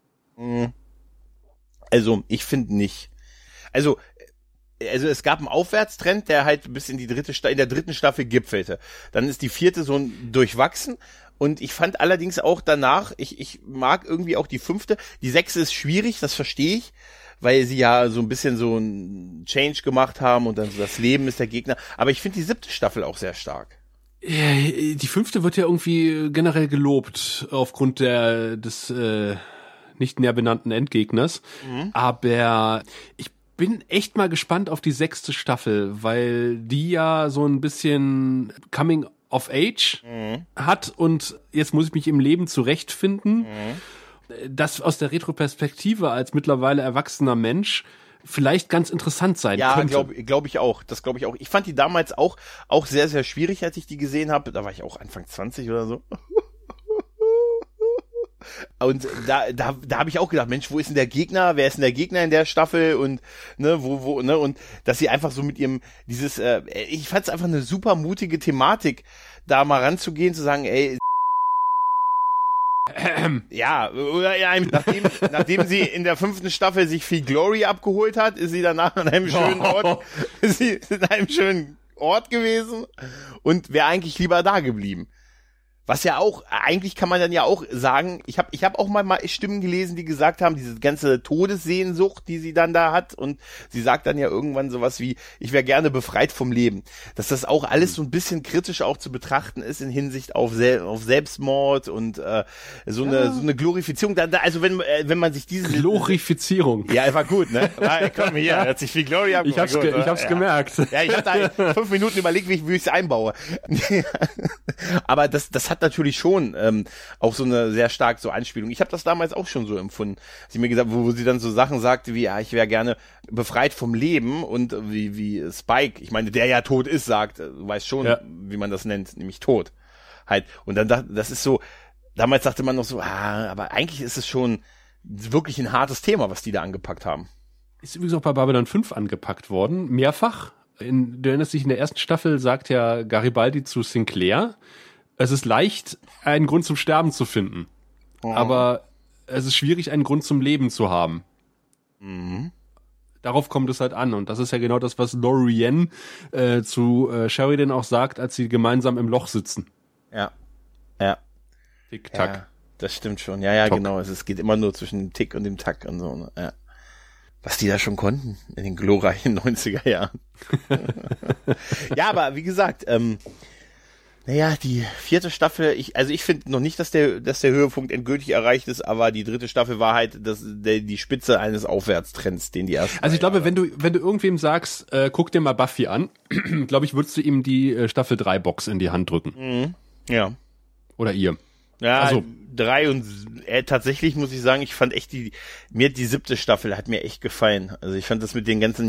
Also, ich finde nicht. Also, also es gab einen Aufwärtstrend, der halt bis in die dritte Sta- in der dritten Staffel gipfelte. Dann ist die vierte so ein durchwachsen. Und ich fand allerdings auch danach, ich, ich mag irgendwie auch die fünfte. Die sechste ist schwierig, das verstehe ich, weil sie ja so ein bisschen so ein Change gemacht haben und dann so das Leben ist der Gegner. Aber ich finde die siebte Staffel auch sehr stark. Äh, Die fünfte wird ja irgendwie generell gelobt aufgrund der des äh, nicht näher benannten Endgegners. Aber ich bin echt mal gespannt auf die sechste Staffel, weil die ja so ein bisschen Coming of Age hat und jetzt muss ich mich im Leben zurechtfinden. Das aus der Retroperspektive als mittlerweile erwachsener Mensch vielleicht ganz interessant sein Ja, könnte. glaube glaub ich auch. Das glaube ich auch. Ich fand die damals auch, auch sehr, sehr schwierig, als ich die gesehen habe. Da war ich auch Anfang zwanzig oder so. Und da, da, da habe ich auch gedacht, Mensch, wo ist denn der Gegner? Wer ist denn der Gegner in der Staffel? Und ne, wo, wo, ne, und dass sie einfach so mit ihrem, dieses, äh, ich fand es einfach eine super mutige Thematik, da mal ranzugehen, zu sagen, ey, ja, oder ja, nachdem, nachdem sie in der fünften Staffel sich viel Glory abgeholt hat, ist sie danach an einem schönen Ort, ist sie in einem schönen Ort gewesen und wäre eigentlich lieber da geblieben. Was ja auch, eigentlich kann man dann ja auch sagen, ich habe ich hab auch mal, mal Stimmen gelesen, die gesagt haben, diese ganze Todessehnsucht, die sie dann da hat, und sie sagt dann ja irgendwann sowas wie, ich wäre gerne befreit vom Leben. Dass das auch alles so ein bisschen kritisch auch zu betrachten ist in Hinsicht auf, Sel auf Selbstmord und äh, so eine Ja. so eine Glorifizierung. Da, da, also wenn äh, wenn man sich diese Glorifizierung. ja, war gut, ne? Ah, komm hier, hat sich viel Glory Ich hab's, abgeholt, ge ich hab's ja. gemerkt. Ja, ich habe da fünf Minuten überlegt, wie ich es einbaue. Aber das, das hat natürlich schon ähm, auch so eine sehr stark so Anspielung. Ich habe das damals auch schon so empfunden. Sie mir gesagt, wo, wo sie dann so Sachen sagte wie, ja, ich wäre gerne befreit vom Leben, und wie wie Spike, ich meine, der ja tot ist, sagt, du weißt schon, Ja. wie man das nennt, nämlich tot. Halt. Und dann dachte, das ist so, damals dachte man noch so, ah, aber eigentlich ist es schon wirklich ein hartes Thema, was die da angepackt haben. Ist übrigens auch bei Babylon fünf angepackt worden, mehrfach. In, du erinnerst dich, in der ersten Staffel sagt ja Garibaldi zu Sinclair, es ist leicht, einen Grund zum Sterben zu finden, Oh. aber es ist schwierig, einen Grund zum Leben zu haben. Mhm. Darauf kommt es halt an, und das ist ja genau das, was Lorien äh, zu äh, Sheridan auch sagt, als sie gemeinsam im Loch sitzen. Ja. Ja. Tick-Tack. Ja, das stimmt schon. Ja, ja, Tock. genau. Es, es geht immer nur zwischen dem Tick und dem Tack und so. Ne? Ja. Was die da schon konnten in den glorreichen neunziger Jahren. Ja, aber wie gesagt, ähm, Naja, die vierte Staffel, ich, also ich finde noch nicht, dass der, dass der Höhepunkt endgültig erreicht ist, aber die dritte Staffel war halt das, der, die Spitze eines Aufwärtstrends, den die ersten. Also ich glaube, wenn du, wenn du irgendwem sagst, äh, guck dir mal Buffy an, glaube ich, würdest du ihm die äh, Staffel drei Box in die Hand drücken. Mhm. Ja. Oder ihr. Ja, also. drei und äh, tatsächlich muss ich sagen, ich fand echt die, mir die siebte Staffel hat mir echt gefallen. Also ich fand das mit den ganzen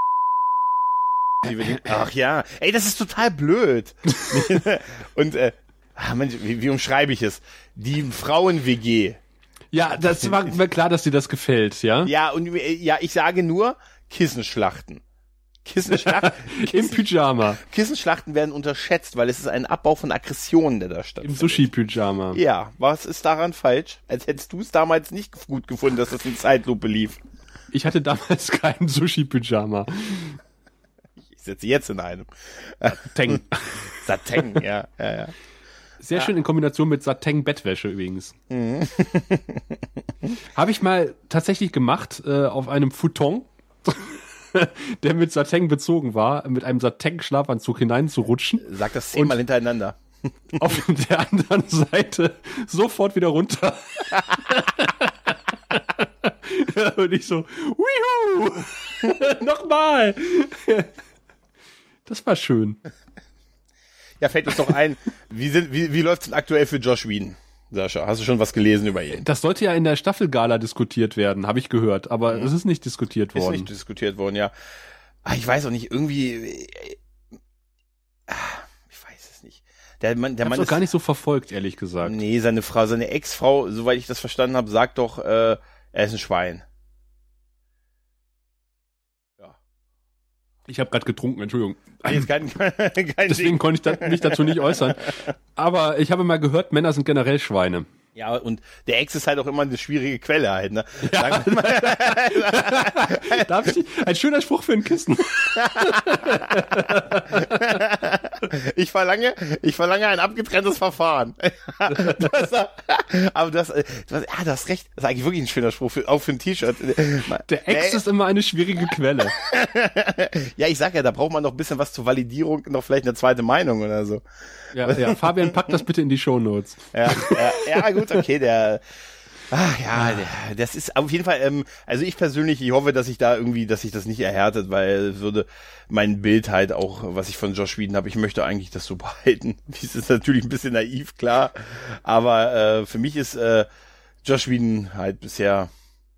Ach ja, ey, das ist total blöd. Und äh, ach Mensch, wie, wie umschreibe ich es? Die Frauen-W G. Ja, das war mir klar, dass dir das gefällt, ja? Ja, und äh, ja, ich sage nur Kissenschlachten. Kissenschlachten im Pyjama. Kissenschlachten werden unterschätzt, weil es ist ein Abbau von Aggressionen, der da stattfindet. Im Sushi-Pyjama. Ja, was ist daran falsch? Als hättest du es damals nicht gut gefunden, dass das in Zeitlupe lief. Ich hatte damals keinen Sushi-Pyjama. Ich sitze jetzt in einem. Sateng. Sateng, ja, ja, ja. Sehr ja. schön in Kombination mit Sateng-Bettwäsche übrigens. Mhm. Habe ich mal tatsächlich gemacht äh, auf einem Futon, der mit Sateng bezogen war, mit einem Sateng-Schlafanzug hineinzurutschen. Sag das zehnmal hintereinander. Auf der anderen Seite sofort wieder runter. Und ich so, wihu, nochmal. Das war schön. Ja, fällt uns doch ein, wie, sind, wie, wie läuft's denn aktuell für Joss Whedon, Sascha? Hast du schon was gelesen über ihn? Das sollte ja in der Staffelgala diskutiert werden, habe ich gehört, aber es ist nicht diskutiert worden. Ist nicht diskutiert worden, ja. Ah, ich weiß auch nicht, irgendwie, ah, ich weiß es nicht. Der Mann, der ich Mann hab's ist auch gar nicht so verfolgt, ehrlich gesagt. Nee, seine Frau, seine Ex-Frau, soweit ich das verstanden habe, sagt doch, äh, er ist ein Schwein. Ich habe gerade getrunken, Entschuldigung. Nee, kein, kein Deswegen Ding. konnte ich da, mich dazu nicht äußern. Aber ich habe mal gehört, Männer sind generell Schweine. Ja, und der Ex ist halt auch immer eine schwierige Quelle halt, ne? Ja. Darf ich, ein schöner Spruch für ein Kissen. Ich verlange, ich verlange ein abgetrenntes Verfahren. Das, aber das, das, ja, du hast recht. Das ist eigentlich wirklich ein schöner Spruch, für, auch für ein T-Shirt. Der Ex ist immer eine schwierige Quelle. Ja, ich sag ja, da braucht man noch ein bisschen was zur Validierung, noch vielleicht eine zweite Meinung oder so. Ja, ja. Fabian, pack das bitte in die Shownotes. Ja, ja, ja, gut, okay, der, ach ja, der, das ist auf jeden Fall, ähm, also ich persönlich, ich hoffe, dass ich da irgendwie, dass sich das nicht erhärtet, weil würde mein Bild halt auch, was ich von Joss Whedon habe, ich möchte eigentlich das so behalten. Das ist natürlich ein bisschen naiv, klar, aber äh, für mich ist äh, Joss Whedon halt bisher,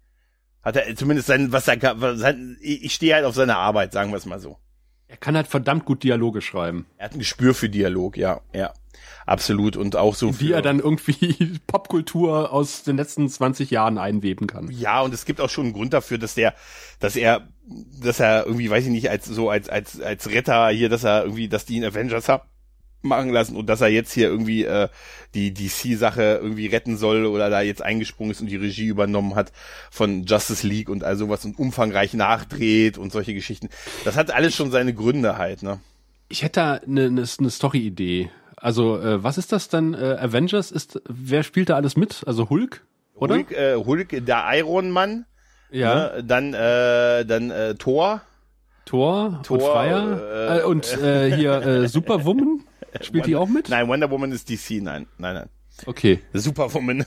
hat er zumindest sein, was er, sein, ich stehe halt auf seine Arbeit, sagen wir es mal so. Er kann halt verdammt gut Dialoge schreiben. Er hat ein Gespür für Dialog, ja, ja. Absolut. Und auch so wie er dann irgendwie Popkultur aus den letzten zwanzig Jahren einweben kann. Ja, und es gibt auch schon einen Grund dafür, dass der, dass er, dass er irgendwie, weiß ich nicht, als so als als als Retter hier, dass er irgendwie, dass die ihn Avengers haben machen lassen und dass er jetzt hier irgendwie äh, die D C-Sache irgendwie retten soll oder da jetzt eingesprungen ist und die Regie übernommen hat von Justice League und all sowas und umfangreich nachdreht und solche Geschichten. Das hat alles schon seine Gründe halt, ne? Ich hätte da eine, eine, eine Story-Idee. Also, äh, was ist das dann? Äh, Avengers ist, wer spielt da alles mit? Also Hulk, oder? Hulk, äh, Hulk, der Iron Man. Ja. Ne? Dann, äh, dann äh, Thor. Thor, Thor und Fire. Äh, und äh, hier äh, Superwoman. Spielt die auch mit? Nein, Wonder Woman ist D C, nein, nein, nein. Okay. Superwoman.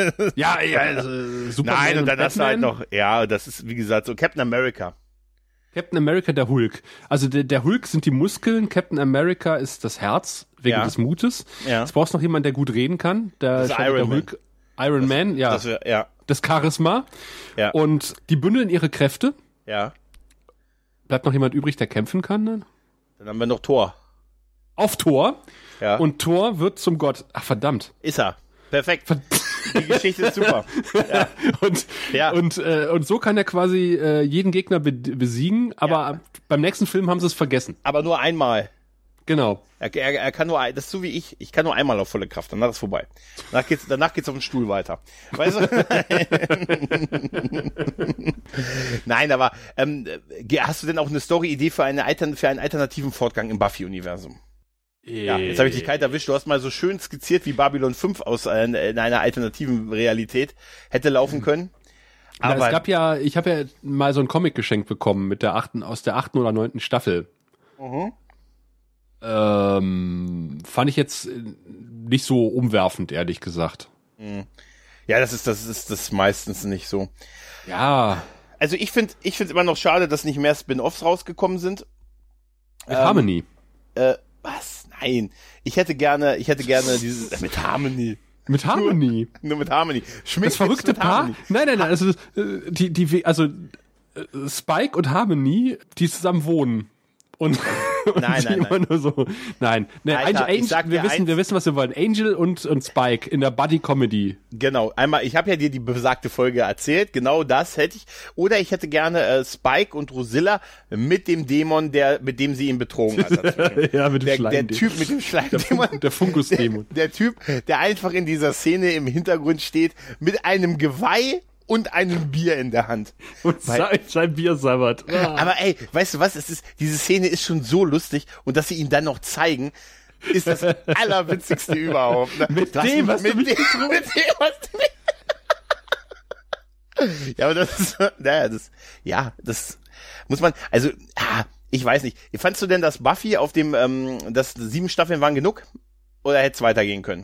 Ja, ja, also, Superman. Nein, und dann und hast du halt noch, ja, das ist, wie gesagt, so Captain America. Captain America, der Hulk. Also der, der Hulk sind die Muskeln, Captain America ist das Herz, wegen Ja. des Mutes. Ja. Jetzt brauchst du noch jemanden, der gut reden kann. Der, Das ist der Iron Man. Hulk, Iron Man, ja. Das wär, ja, Das Charisma. Ja. Und die bündeln ihre Kräfte. ja. Bleibt noch jemand übrig, der kämpfen kann dann? Dann haben wir noch Thor. Auf Thor. Ja. Und Thor wird zum Gott. Ach, verdammt. Ist er. Perfekt. Die Geschichte ist super. Ja. Und, Ja. und, äh, und so kann er quasi äh, jeden Gegner be besiegen, aber Ja. beim nächsten Film haben sie es vergessen. Aber nur einmal. Genau. Er, er, er kann nur, ein- das ist so wie ich, ich kann nur einmal auf volle Kraft, danach ist vorbei. Danach geht's, danach geht's auf den Stuhl weiter. Weißt du? Nein, aber ähm, hast du denn auch eine Story-Idee für, eine Altern für einen alternativen Fortgang im Buffy-Universum? Ja, jetzt habe ich dich kalt erwischt. Du hast mal so schön skizziert, wie Babylon fünf aus äh, in einer alternativen Realität hätte laufen können. Ja, Aber es gab ja, ich habe ja mal so ein Comic geschenkt bekommen mit der achten, aus der achten oder neunten Staffel. Mhm. Ähm, fand ich jetzt nicht so umwerfend, ehrlich gesagt. Ja, das ist, das ist das meistens nicht so. Ja. Also ich finde, ich finde es immer noch schade, dass nicht mehr Spin-Offs rausgekommen sind. Mit ähm, Harmony. Äh, was? Nein. Ich hätte gerne, ich hätte gerne dieses, äh, mit Harmony. Mit Harmony. Nur, nur mit Harmony. Schmidt das verrückte Paar? Harmony. Nein, nein, nein, also, die, die, also, Spike und Harmony, die zusammen wohnen. Und, und nein, nein, immer nein. Nur so. Nein, nee, Alter, Angel, ich sag wir dir wissen, eins, wir wissen, was wir wollen. Angel und, und Spike in der Buddy-Comedy. Genau, einmal, ich habe ja dir die besagte Folge erzählt, genau das hätte ich. Oder ich hätte gerne äh, Spike und Rosilla mit dem Dämon, der, mit dem sie ihn betrogen hat. Ja, mit dem der, Schleim. Der Typ mit dem Schleimdämon. Der, der Funkus-Dämon. Der, der Typ, der einfach in dieser Szene im Hintergrund steht, mit einem Geweih und einem Bier in der Hand. Und sein, sein Bier sabbert. Ah. Aber ey, weißt du was, es ist, diese Szene ist schon so lustig und dass sie ihn dann noch zeigen, ist das Allerwitzigste überhaupt. Ne? Mit dem, was mit, du mit dem, mit dem, was du mit Ja, aber das ist, naja, das, ja, das muss man, also, ah, ich weiß nicht. Fandst du denn, dass Buffy auf dem, ähm, dass sieben Staffeln waren genug? Oder hätte es weitergehen können?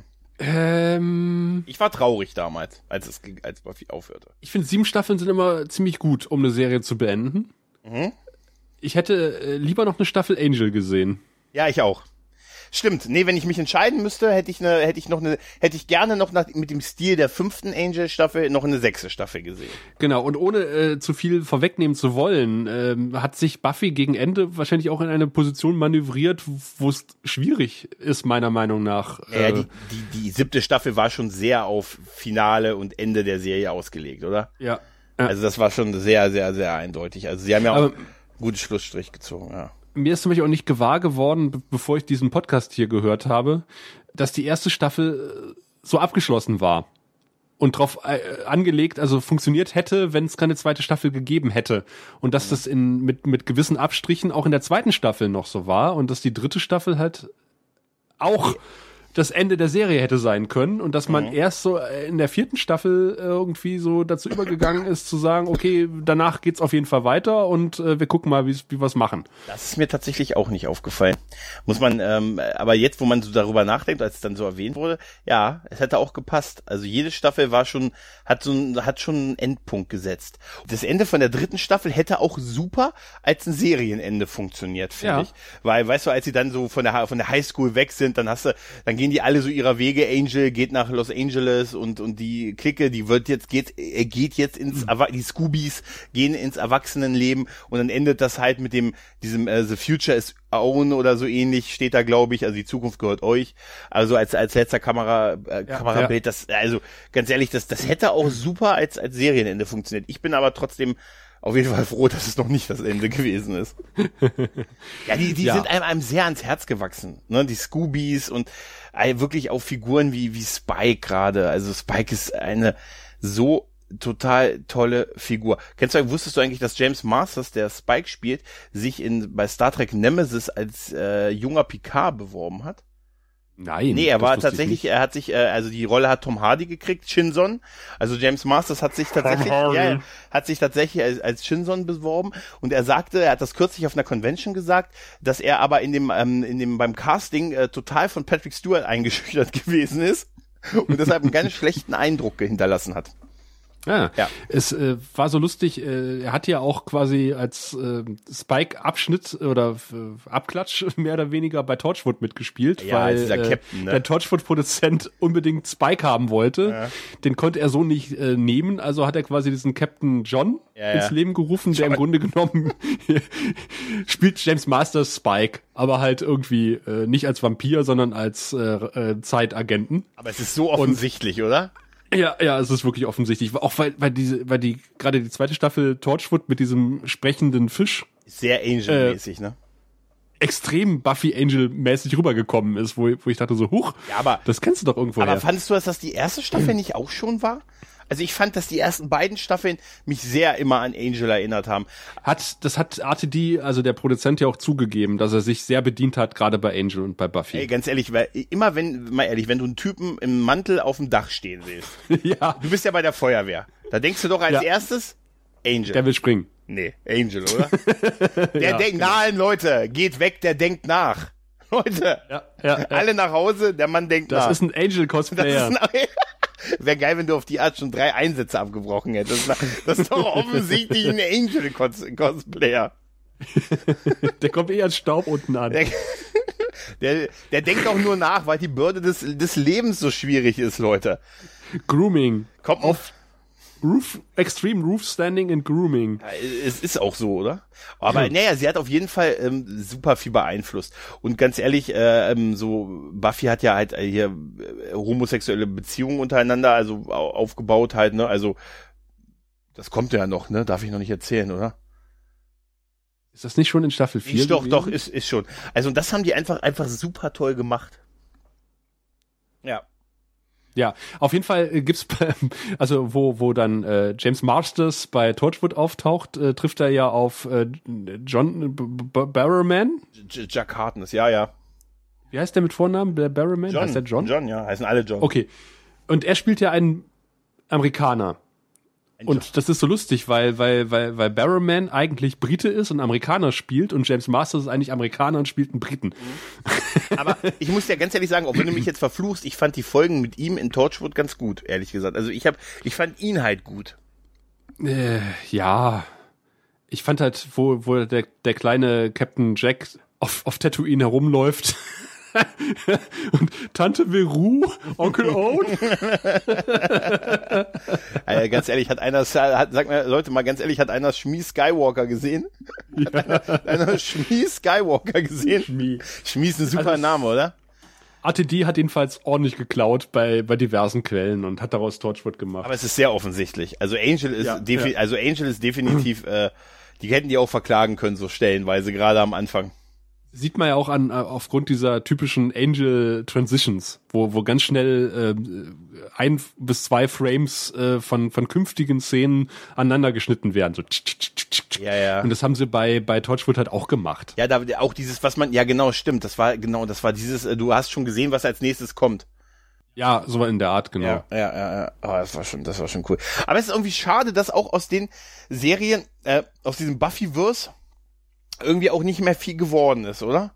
Ähm, ich war traurig damals, als es als Buffy aufhörte. Ich finde, sieben Staffeln sind immer ziemlich gut, um eine Serie zu beenden. Mhm. Ich hätte äh, lieber noch eine Staffel Angel gesehen. Ja, ich auch. Stimmt. Nee, wenn ich mich entscheiden müsste, hätte ich eine, hätte ich noch eine, hätte ich gerne noch nach, mit dem Stil der fünften Angel-Staffel noch eine sechste Staffel gesehen. Genau. Und ohne äh, zu viel vorwegnehmen zu wollen, ähm, hat sich Buffy gegen Ende wahrscheinlich auch in eine Position manövriert, wo es schwierig ist, meiner Meinung nach. Ja, äh, die, die, die siebte Staffel war schon sehr auf Finale und Ende der Serie ausgelegt, oder? Ja. ja. Also das war schon sehr, sehr, sehr eindeutig. Also sie haben ja auch Aber, einen guten Schlussstrich gezogen, ja. Mir ist zum Beispiel auch nicht gewahr geworden, be- bevor ich diesen Podcast hier gehört habe, dass die erste Staffel so abgeschlossen war und drauf äh, angelegt, also funktioniert hätte, wenn es keine zweite Staffel gegeben hätte. Und dass das in mit mit gewissen Abstrichen auch in der zweiten Staffel noch so war und dass die dritte Staffel halt auch das Ende der Serie hätte sein können und dass man mhm. erst so in der vierten Staffel irgendwie so dazu übergegangen ist zu sagen, okay, danach geht's auf jeden Fall weiter und äh, wir gucken mal, wie wir es machen. Das ist mir tatsächlich auch nicht aufgefallen. Muss man, ähm, aber jetzt, wo man so darüber nachdenkt, als es dann so erwähnt wurde, ja, es hätte auch gepasst. Also jede Staffel war schon, hat so ein, hat schon einen Endpunkt gesetzt. Das Ende von der dritten Staffel hätte auch super als ein Serienende funktioniert, finde ja. ich. Weil, weißt du, als sie dann so von der, von der Highschool weg sind, dann hast du, dann gehen die alle so ihrer Wege. Angel geht nach Los Angeles und und die Clique, die wird jetzt geht er geht jetzt ins mhm. die Scoobies gehen ins Erwachsenenleben und dann endet das halt mit dem diesem uh, The Future is Own oder so ähnlich steht da, glaube ich, also die Zukunft gehört euch. Also als als letzter Kamera äh, ja, Kamerabild, ja. das also ganz ehrlich, das das hätte auch super als als Serienende funktioniert. Ich bin aber trotzdem auf jeden Fall froh, dass es noch nicht das Ende gewesen ist. Ja, die, die ja. sind einem, einem sehr ans Herz gewachsen, ne? Die Scoobies und äh, wirklich auch Figuren wie, wie Spike gerade. Also Spike ist eine so total tolle Figur. Kennst du, wusstest du eigentlich, dass James Masters, der Spike spielt, sich in, bei Star Trek Nemesis als äh, junger Picard beworben hat? Nein. Nee, er war tatsächlich, er hat sich, äh, also die Rolle hat Tom Hardy gekriegt, Shinson. Also James Masters hat sich tatsächlich, ja, hat sich tatsächlich als, als Shinson beworben und er sagte, er hat das kürzlich auf einer Convention gesagt, dass er aber in dem, ähm, in dem beim Casting äh, total von Patrick Stewart eingeschüchtert gewesen ist und deshalb einen ganz schlechten Eindruck hinterlassen hat. Ja, ja. Es äh, war so lustig, äh, er hat ja auch quasi als äh, Spike-Abschnitt oder äh, Abklatsch mehr oder weniger bei Torchwood mitgespielt, ja, weil dieser äh, Captain, ne? der Torchwood-Produzent unbedingt Spike haben wollte. Ja. Den konnte er so nicht äh, nehmen, also hat er quasi diesen Captain John ja, ins ja. Leben gerufen, der John. Im Grunde genommen spielt James Masters Spike, aber halt irgendwie äh, nicht als Vampir, sondern als äh, äh, Zeitagenten. Aber es ist so offensichtlich, Und, oder? Ja, ja, es ist wirklich offensichtlich. Auch weil, weil diese, weil die, gerade die zweite Staffel Torchwood mit diesem sprechenden Fisch. Sehr Angel-mäßig, äh, ne? Extrem Buffy-Angel-mäßig rübergekommen ist, wo, wo ich dachte so, huch, ja, aber, das kennst du doch irgendwo Aber her. fandest du, dass das die erste Staffel nicht auch schon war? Also ich fand, dass die ersten beiden Staffeln mich sehr immer an Angel erinnert haben. Hat, das hat R T D, also der Produzent, ja auch zugegeben, dass er sich sehr bedient hat, gerade bei Angel und bei Buffy. Ey, ganz ehrlich, weil immer wenn, mal ehrlich, wenn du einen Typen im Mantel auf dem Dach stehen willst. Ja. Du bist ja bei der Feuerwehr. Da denkst du doch als ja. erstes Angel. Der will springen. Nee, Angel, oder? Der ja, denkt, genau. Nein, Leute, geht weg, der denkt nach. Leute, Ja, ja, ja. alle nach Hause, der Mann denkt Das nach. ist ein Angel-Cosplayer. Wäre geil, wenn du auf die Art schon drei Einsätze abgebrochen hättest. Das ist doch offensichtlich ein Angel-Cosplayer. Der kommt eh als Staub unten an. Der, der, der denkt auch nur nach, weil die Bürde des, des Lebens so schwierig ist, Leute. Grooming. Kommt Auf Roof, Extreme Roof Standing and Grooming. Ja, es ist auch so, oder? Aber Hm. naja, sie hat auf jeden Fall ähm, super viel beeinflusst. Und ganz ehrlich, äh, ähm, so Buffy hat ja halt äh, hier äh, homosexuelle Beziehungen untereinander, also au- aufgebaut halt, ne? Also das kommt ja noch, ne? Darf ich noch nicht erzählen, oder? Ist das nicht schon in Staffel vier? Ich, doch, gewesen? doch, ist, ist schon. Also und das haben die einfach, einfach super toll gemacht. Ja. Ja, auf jeden Fall äh, gibt's, bei- also wo wo dann äh, James Marsters bei Torchwood auftaucht, äh, trifft er ja auf äh, John B- B- Barrowman. J- Jack Harkness, ja, ja. Wie heißt der mit Vornamen? Der Barrowman? John. Heißt der John? John, ja, heißen alle John. Okay. Und er spielt ja einen Amerikaner. Ein Und das ist so lustig, weil, weil, weil, weil Barrowman eigentlich Brite ist und Amerikaner spielt und James Masters ist eigentlich Amerikaner und spielt einen Briten. Aber ich muss dir ganz ehrlich sagen, auch wenn du mich jetzt verfluchst, ich fand die Folgen mit ihm in Torchwood ganz gut, ehrlich gesagt. Also ich hab, ich fand ihn halt gut. Äh, ja. Ich fand halt, wo, wo der, der kleine Captain Jack auf, auf Tatooine herumläuft. Und Tante Veru, Onkel Owen. Also ganz ehrlich, hat einer, hat, sag mal, Leute, mal ganz ehrlich, hat einer Shmi Skywalker gesehen? Ja. Hat einer Shmi Skywalker gesehen? Schmi. Shmi ist ein super Also- Name, oder? A T D hat jedenfalls ordentlich geklaut bei, bei diversen Quellen und hat daraus Torchwood gemacht. Aber es ist sehr offensichtlich. Also Angel ist, Ja, defi- ja. also Angel ist definitiv, äh, die hätten die auch verklagen können, so stellenweise, gerade am Anfang. Sieht man ja auch an, äh, aufgrund dieser typischen Angel Transitions, wo, wo ganz schnell äh, ein bis zwei Frames äh, von, von künftigen Szenen aneinander geschnitten werden. So. Ja, ja. Und das haben sie bei, bei Torchwood halt auch gemacht. Ja, da auch dieses, was man, ja genau, stimmt, das war, genau, das war dieses, äh, du hast schon gesehen, was als nächstes kommt. Ja, so in der Art, genau. Ja, ja, ja, ja. Oh, das war schon, das war schon cool. Aber es ist irgendwie schade, dass auch aus den Serien, äh, aus diesem Buffyverse irgendwie auch nicht mehr viel geworden ist, oder?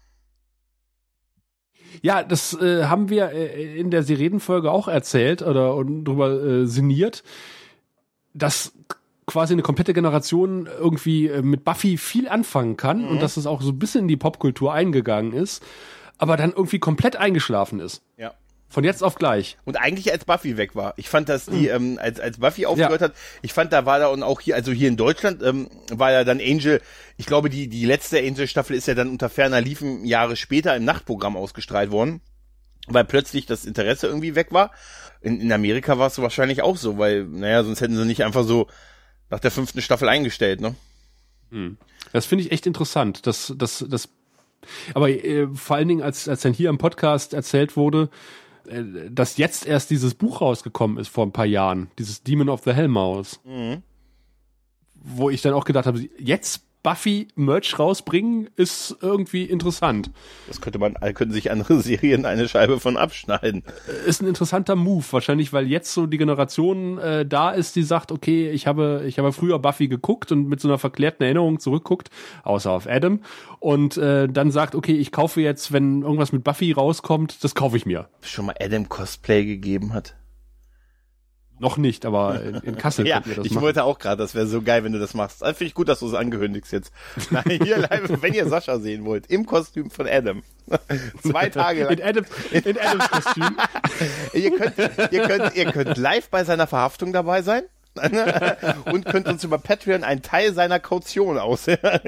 Ja, das äh, haben wir äh, in der Siredenfolge auch erzählt oder und drüber äh, sinniert, dass quasi eine komplette Generation irgendwie äh, mit Buffy viel anfangen kann Mhm. und dass es auch so ein bisschen in die Popkultur eingegangen ist, aber dann irgendwie komplett eingeschlafen ist. Ja. Von jetzt auf gleich. Und eigentlich als Buffy weg war. Ich fand, dass die, ähm, als, als Buffy aufgehört hat, ich fand, da war da und auch hier, also hier in Deutschland, ähm, war ja dann Angel, ich glaube, die, die letzte Angel-Staffel ist ja dann unter ferner Liefen Jahre später im Nachtprogramm ausgestrahlt worden, weil plötzlich das Interesse irgendwie weg war. In, in Amerika war es wahrscheinlich auch so, weil, naja, sonst hätten sie nicht einfach so nach der fünften Staffel eingestellt, ne? Das finde ich echt interessant. Das, das, das, aber äh, vor allen Dingen, als, als dann hier im Podcast erzählt wurde, äh, dass jetzt erst dieses Buch rausgekommen ist vor ein paar Jahren, dieses Demon of the Hellmouth, Mhm. wo ich dann auch gedacht habe, jetzt Buffy Merch rausbringen, ist irgendwie interessant. Das könnte man, könnten sich andere Serien eine Scheibe von abschneiden. Ist ein interessanter Move, wahrscheinlich, weil jetzt so die Generation äh, da ist, die sagt, okay, ich habe, ich habe früher Buffy geguckt und mit so einer verklärten Erinnerung zurückguckt, außer auf Adam, und äh, dann sagt, okay, ich kaufe jetzt, wenn irgendwas mit Buffy rauskommt, das kaufe ich mir. Schon mal Adam Cosplay gegeben hat. Noch nicht, aber in, in Kassel Ja, könnt ihr das ich machen. wollte auch gerade, das wäre so geil, wenn du das machst. Also finde ich gut, dass du es angekündigst jetzt. Nein, hier live, wenn ihr Sascha sehen wollt, im Kostüm von Adam. Zwei Tage lang. In, Adam, in Adams Kostüm. ihr, könnt, ihr, könnt, ihr könnt live bei seiner Verhaftung dabei sein. Und könnt uns über Patreon einen Teil seiner Kaution aus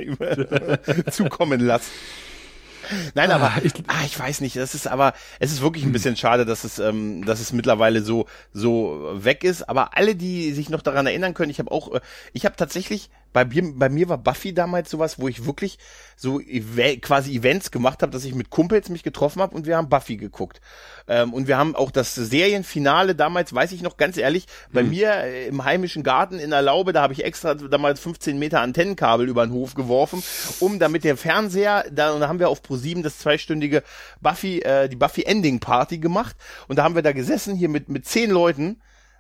zukommen lassen. Nein, aber Ah, ich- ah, ich weiß nicht, das ist aber, es ist wirklich ein bisschen schade, dass es, ähm, dass es mittlerweile so, so weg ist, aber alle, die sich noch daran erinnern können, ich habe auch, äh, ich habe tatsächlich, bei mir, bei mir war Buffy damals sowas, wo ich wirklich so Ev- quasi Events gemacht habe, dass ich mit Kumpels mich getroffen habe und wir haben Buffy geguckt. Ähm, und wir haben auch das Serienfinale damals, weiß ich noch ganz ehrlich, bei mir äh, im heimischen Garten in der Laube, da habe ich extra damals fünfzehn Meter Antennenkabel über den Hof geworfen, um damit der Fernseher, da, und da haben wir auf ProSieben das zweistündige Buffy, äh, die Buffy Ending Party gemacht und da haben wir da gesessen hier mit mit zehn Leuten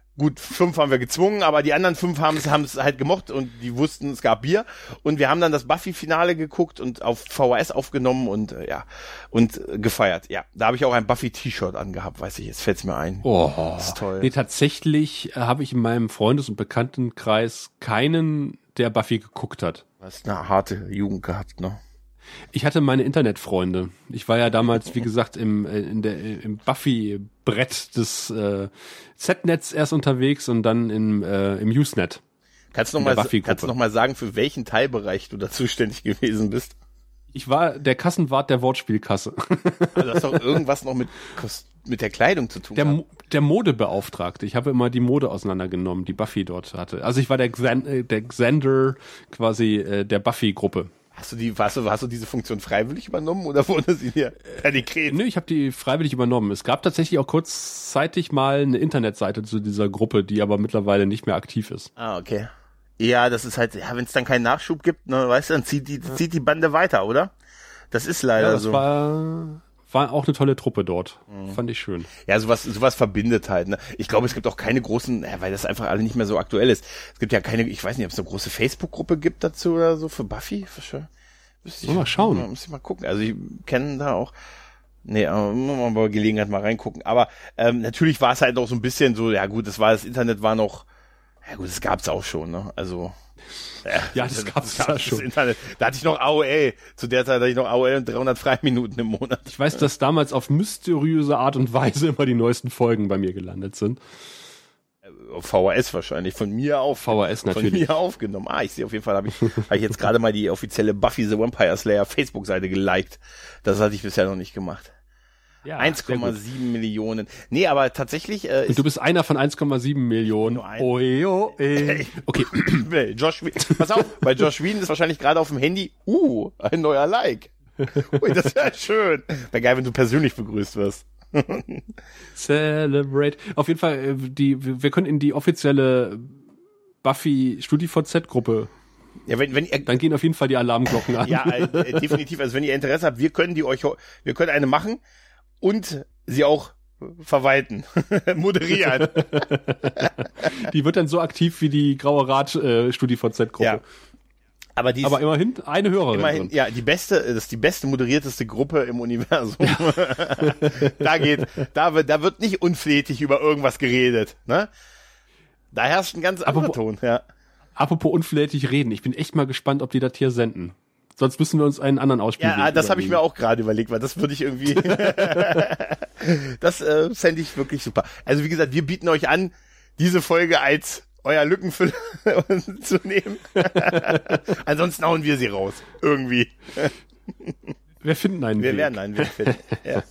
Gut, fünf haben wir gezwungen, aber die anderen fünf haben es haben es halt gemocht und die wussten, es gab Bier. Und wir haben dann das Buffy-Finale geguckt und auf V H S aufgenommen und äh, ja und äh, gefeiert. Ja, da habe ich auch ein Buffy-T-Shirt angehabt, weiß ich, jetzt fällt's mir ein. Oh, das ist toll. Nee, tatsächlich äh, habe ich in meinem Freundes- und Bekanntenkreis keinen, der Buffy geguckt hat. Du hast eine harte Jugend gehabt, ne? Ich hatte meine Internetfreunde. Ich war ja damals, wie gesagt, im, in der, im Buffy-Brett des äh, Z-Netz erst unterwegs und dann im, äh, im Usenet. Kannst du noch mal, kannst du noch mal sagen, für welchen Teilbereich du da zuständig gewesen bist? Ich war der Kassenwart der Wortspielkasse. Also das hat doch irgendwas noch mit, mit der Kleidung zu tun. Der, Mo- der Modebeauftragte. Ich habe immer die Mode auseinandergenommen, die Buffy dort hatte. Also ich war der, Xan- äh, der Xander quasi äh, der Buffy-Gruppe. Hast du die, hast du, hast du diese Funktion freiwillig übernommen oder wurde sie dir per Dekret? Nö, ich habe die freiwillig übernommen. Es gab tatsächlich auch kurzzeitig mal eine Internetseite zu dieser Gruppe, die aber mittlerweile nicht mehr aktiv ist. Ah, okay. Ja, das ist halt, ja, wenn es dann keinen Nachschub gibt, ne, weißt du, dann zieht die, zieht die Bande weiter, oder? Das ist leider ja, das so. War, war auch eine tolle Truppe dort. Mhm. Fand ich schön. Ja, sowas, sowas verbindet halt, ne. Ich glaube, es gibt auch keine großen, ja, weil das einfach alle nicht mehr so aktuell ist. Es gibt ja keine, ich weiß nicht, ob es eine große Facebook-Gruppe gibt dazu oder so für Buffy. Für sure. Müsste ich mal schauen. Muss ich mal gucken. Also ich kenne da auch, nee, aber muss man bei Gelegenheit mal reingucken. Aber ähm, natürlich war es halt auch so ein bisschen so, ja gut, das war, das Internet war noch, ja gut, das gab's auch schon, ne? Also ja, ja das, das gab's da schon. Internet. Da hatte ich noch A O L. Zu der Zeit hatte ich noch A O L und dreihundert Freiminuten im Monat. Ich weiß, dass damals auf mysteriöse Art und Weise immer die neuesten Folgen bei mir gelandet sind. Auf V H S wahrscheinlich, von mir auf. V H S natürlich. Von mir aufgenommen. Ah, ich sehe auf jeden Fall, habe ich, hab ich jetzt gerade mal die offizielle Buffy the Vampire Slayer Facebook-Seite geliked. Das hatte ich bisher noch nicht gemacht. Ja, eins Komma sieben Millionen. Nee, aber tatsächlich äh, ist und du bist einer von eins Komma sieben Millionen. Oe, oe. Okay. Josh, pass auf, bei Josh Whedon ist wahrscheinlich gerade auf dem Handy, uh, ein neuer Like. Ui, das wäre schön. Wäre geil, wenn du persönlich begrüßt wirst. Celebrate. Auf jeden Fall, die, wir können in die offizielle Buffy StudiVZ-Gruppe. Ja, wenn, wenn ihr, dann gehen auf jeden Fall die Alarmglocken an. Ja, äh, definitiv. Also wenn ihr Interesse habt, wir können die euch, wir können eine machen und sie auch verwalten, moderieren. Die wird dann so aktiv wie die Graue Rat äh, StudiVZ-Gruppe. Ja. Aber, die ist, aber immerhin eine Hörerin. Immerhin, drin. Ja, die beste, das ist die beste moderierteste Gruppe im Universum. Ja. Da geht, da wird, da wird nicht unflätig über irgendwas geredet, ne? Da herrscht ein ganz anderer Ton, ja. Apropos unflätig reden, ich bin echt mal gespannt, ob die das hier senden. Sonst müssen wir uns einen anderen ausspielen. Ja, das habe ich mir auch gerade überlegt, weil das würde ich irgendwie, das äh, fände ich wirklich super. Also wie gesagt, wir bieten euch an, diese Folge als euer Lückenfüller zu nehmen. Ansonsten hauen wir sie raus. Irgendwie. Wir finden einen wir Weg. Wir werden einen Weg finden. Ja,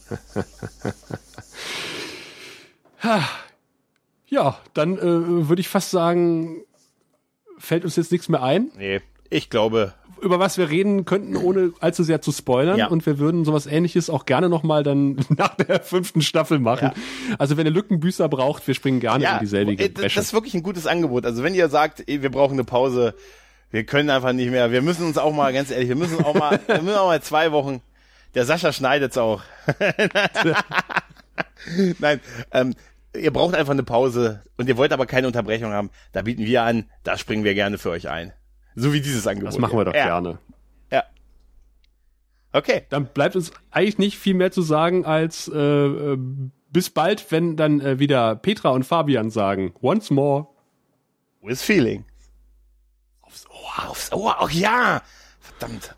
ja dann äh, würde ich fast sagen, fällt uns jetzt nichts mehr ein. Nee, ich glaube. Über was wir reden könnten, ohne allzu sehr zu spoilern. Ja. Und wir würden sowas Ähnliches auch gerne nochmal dann nach der fünften Staffel machen. Ja. Also wenn ihr Lückenbüßer braucht, wir springen gerne ja, in dieselbige Wäsche. Das ist wirklich ein gutes Angebot. Also wenn ihr sagt, wir brauchen eine Pause, wir können einfach nicht mehr, wir müssen uns auch mal, ganz ehrlich, wir müssen auch mal, wir müssen auch mal zwei Wochen, der Sascha schneidet's auch. Nein, ähm, ihr braucht einfach eine Pause und ihr wollt aber keine Unterbrechung haben, da bieten wir an, da springen wir gerne für euch ein. So wie dieses Angebot. Das machen wir doch ja. gerne. Ja. Okay. Dann bleibt uns eigentlich nicht viel mehr zu sagen als äh, bis bald, wenn dann äh, wieder Petra und Fabian sagen, once more. With feeling. Aufs Ohr. Aufs Ohr, ach ja. Verdammt.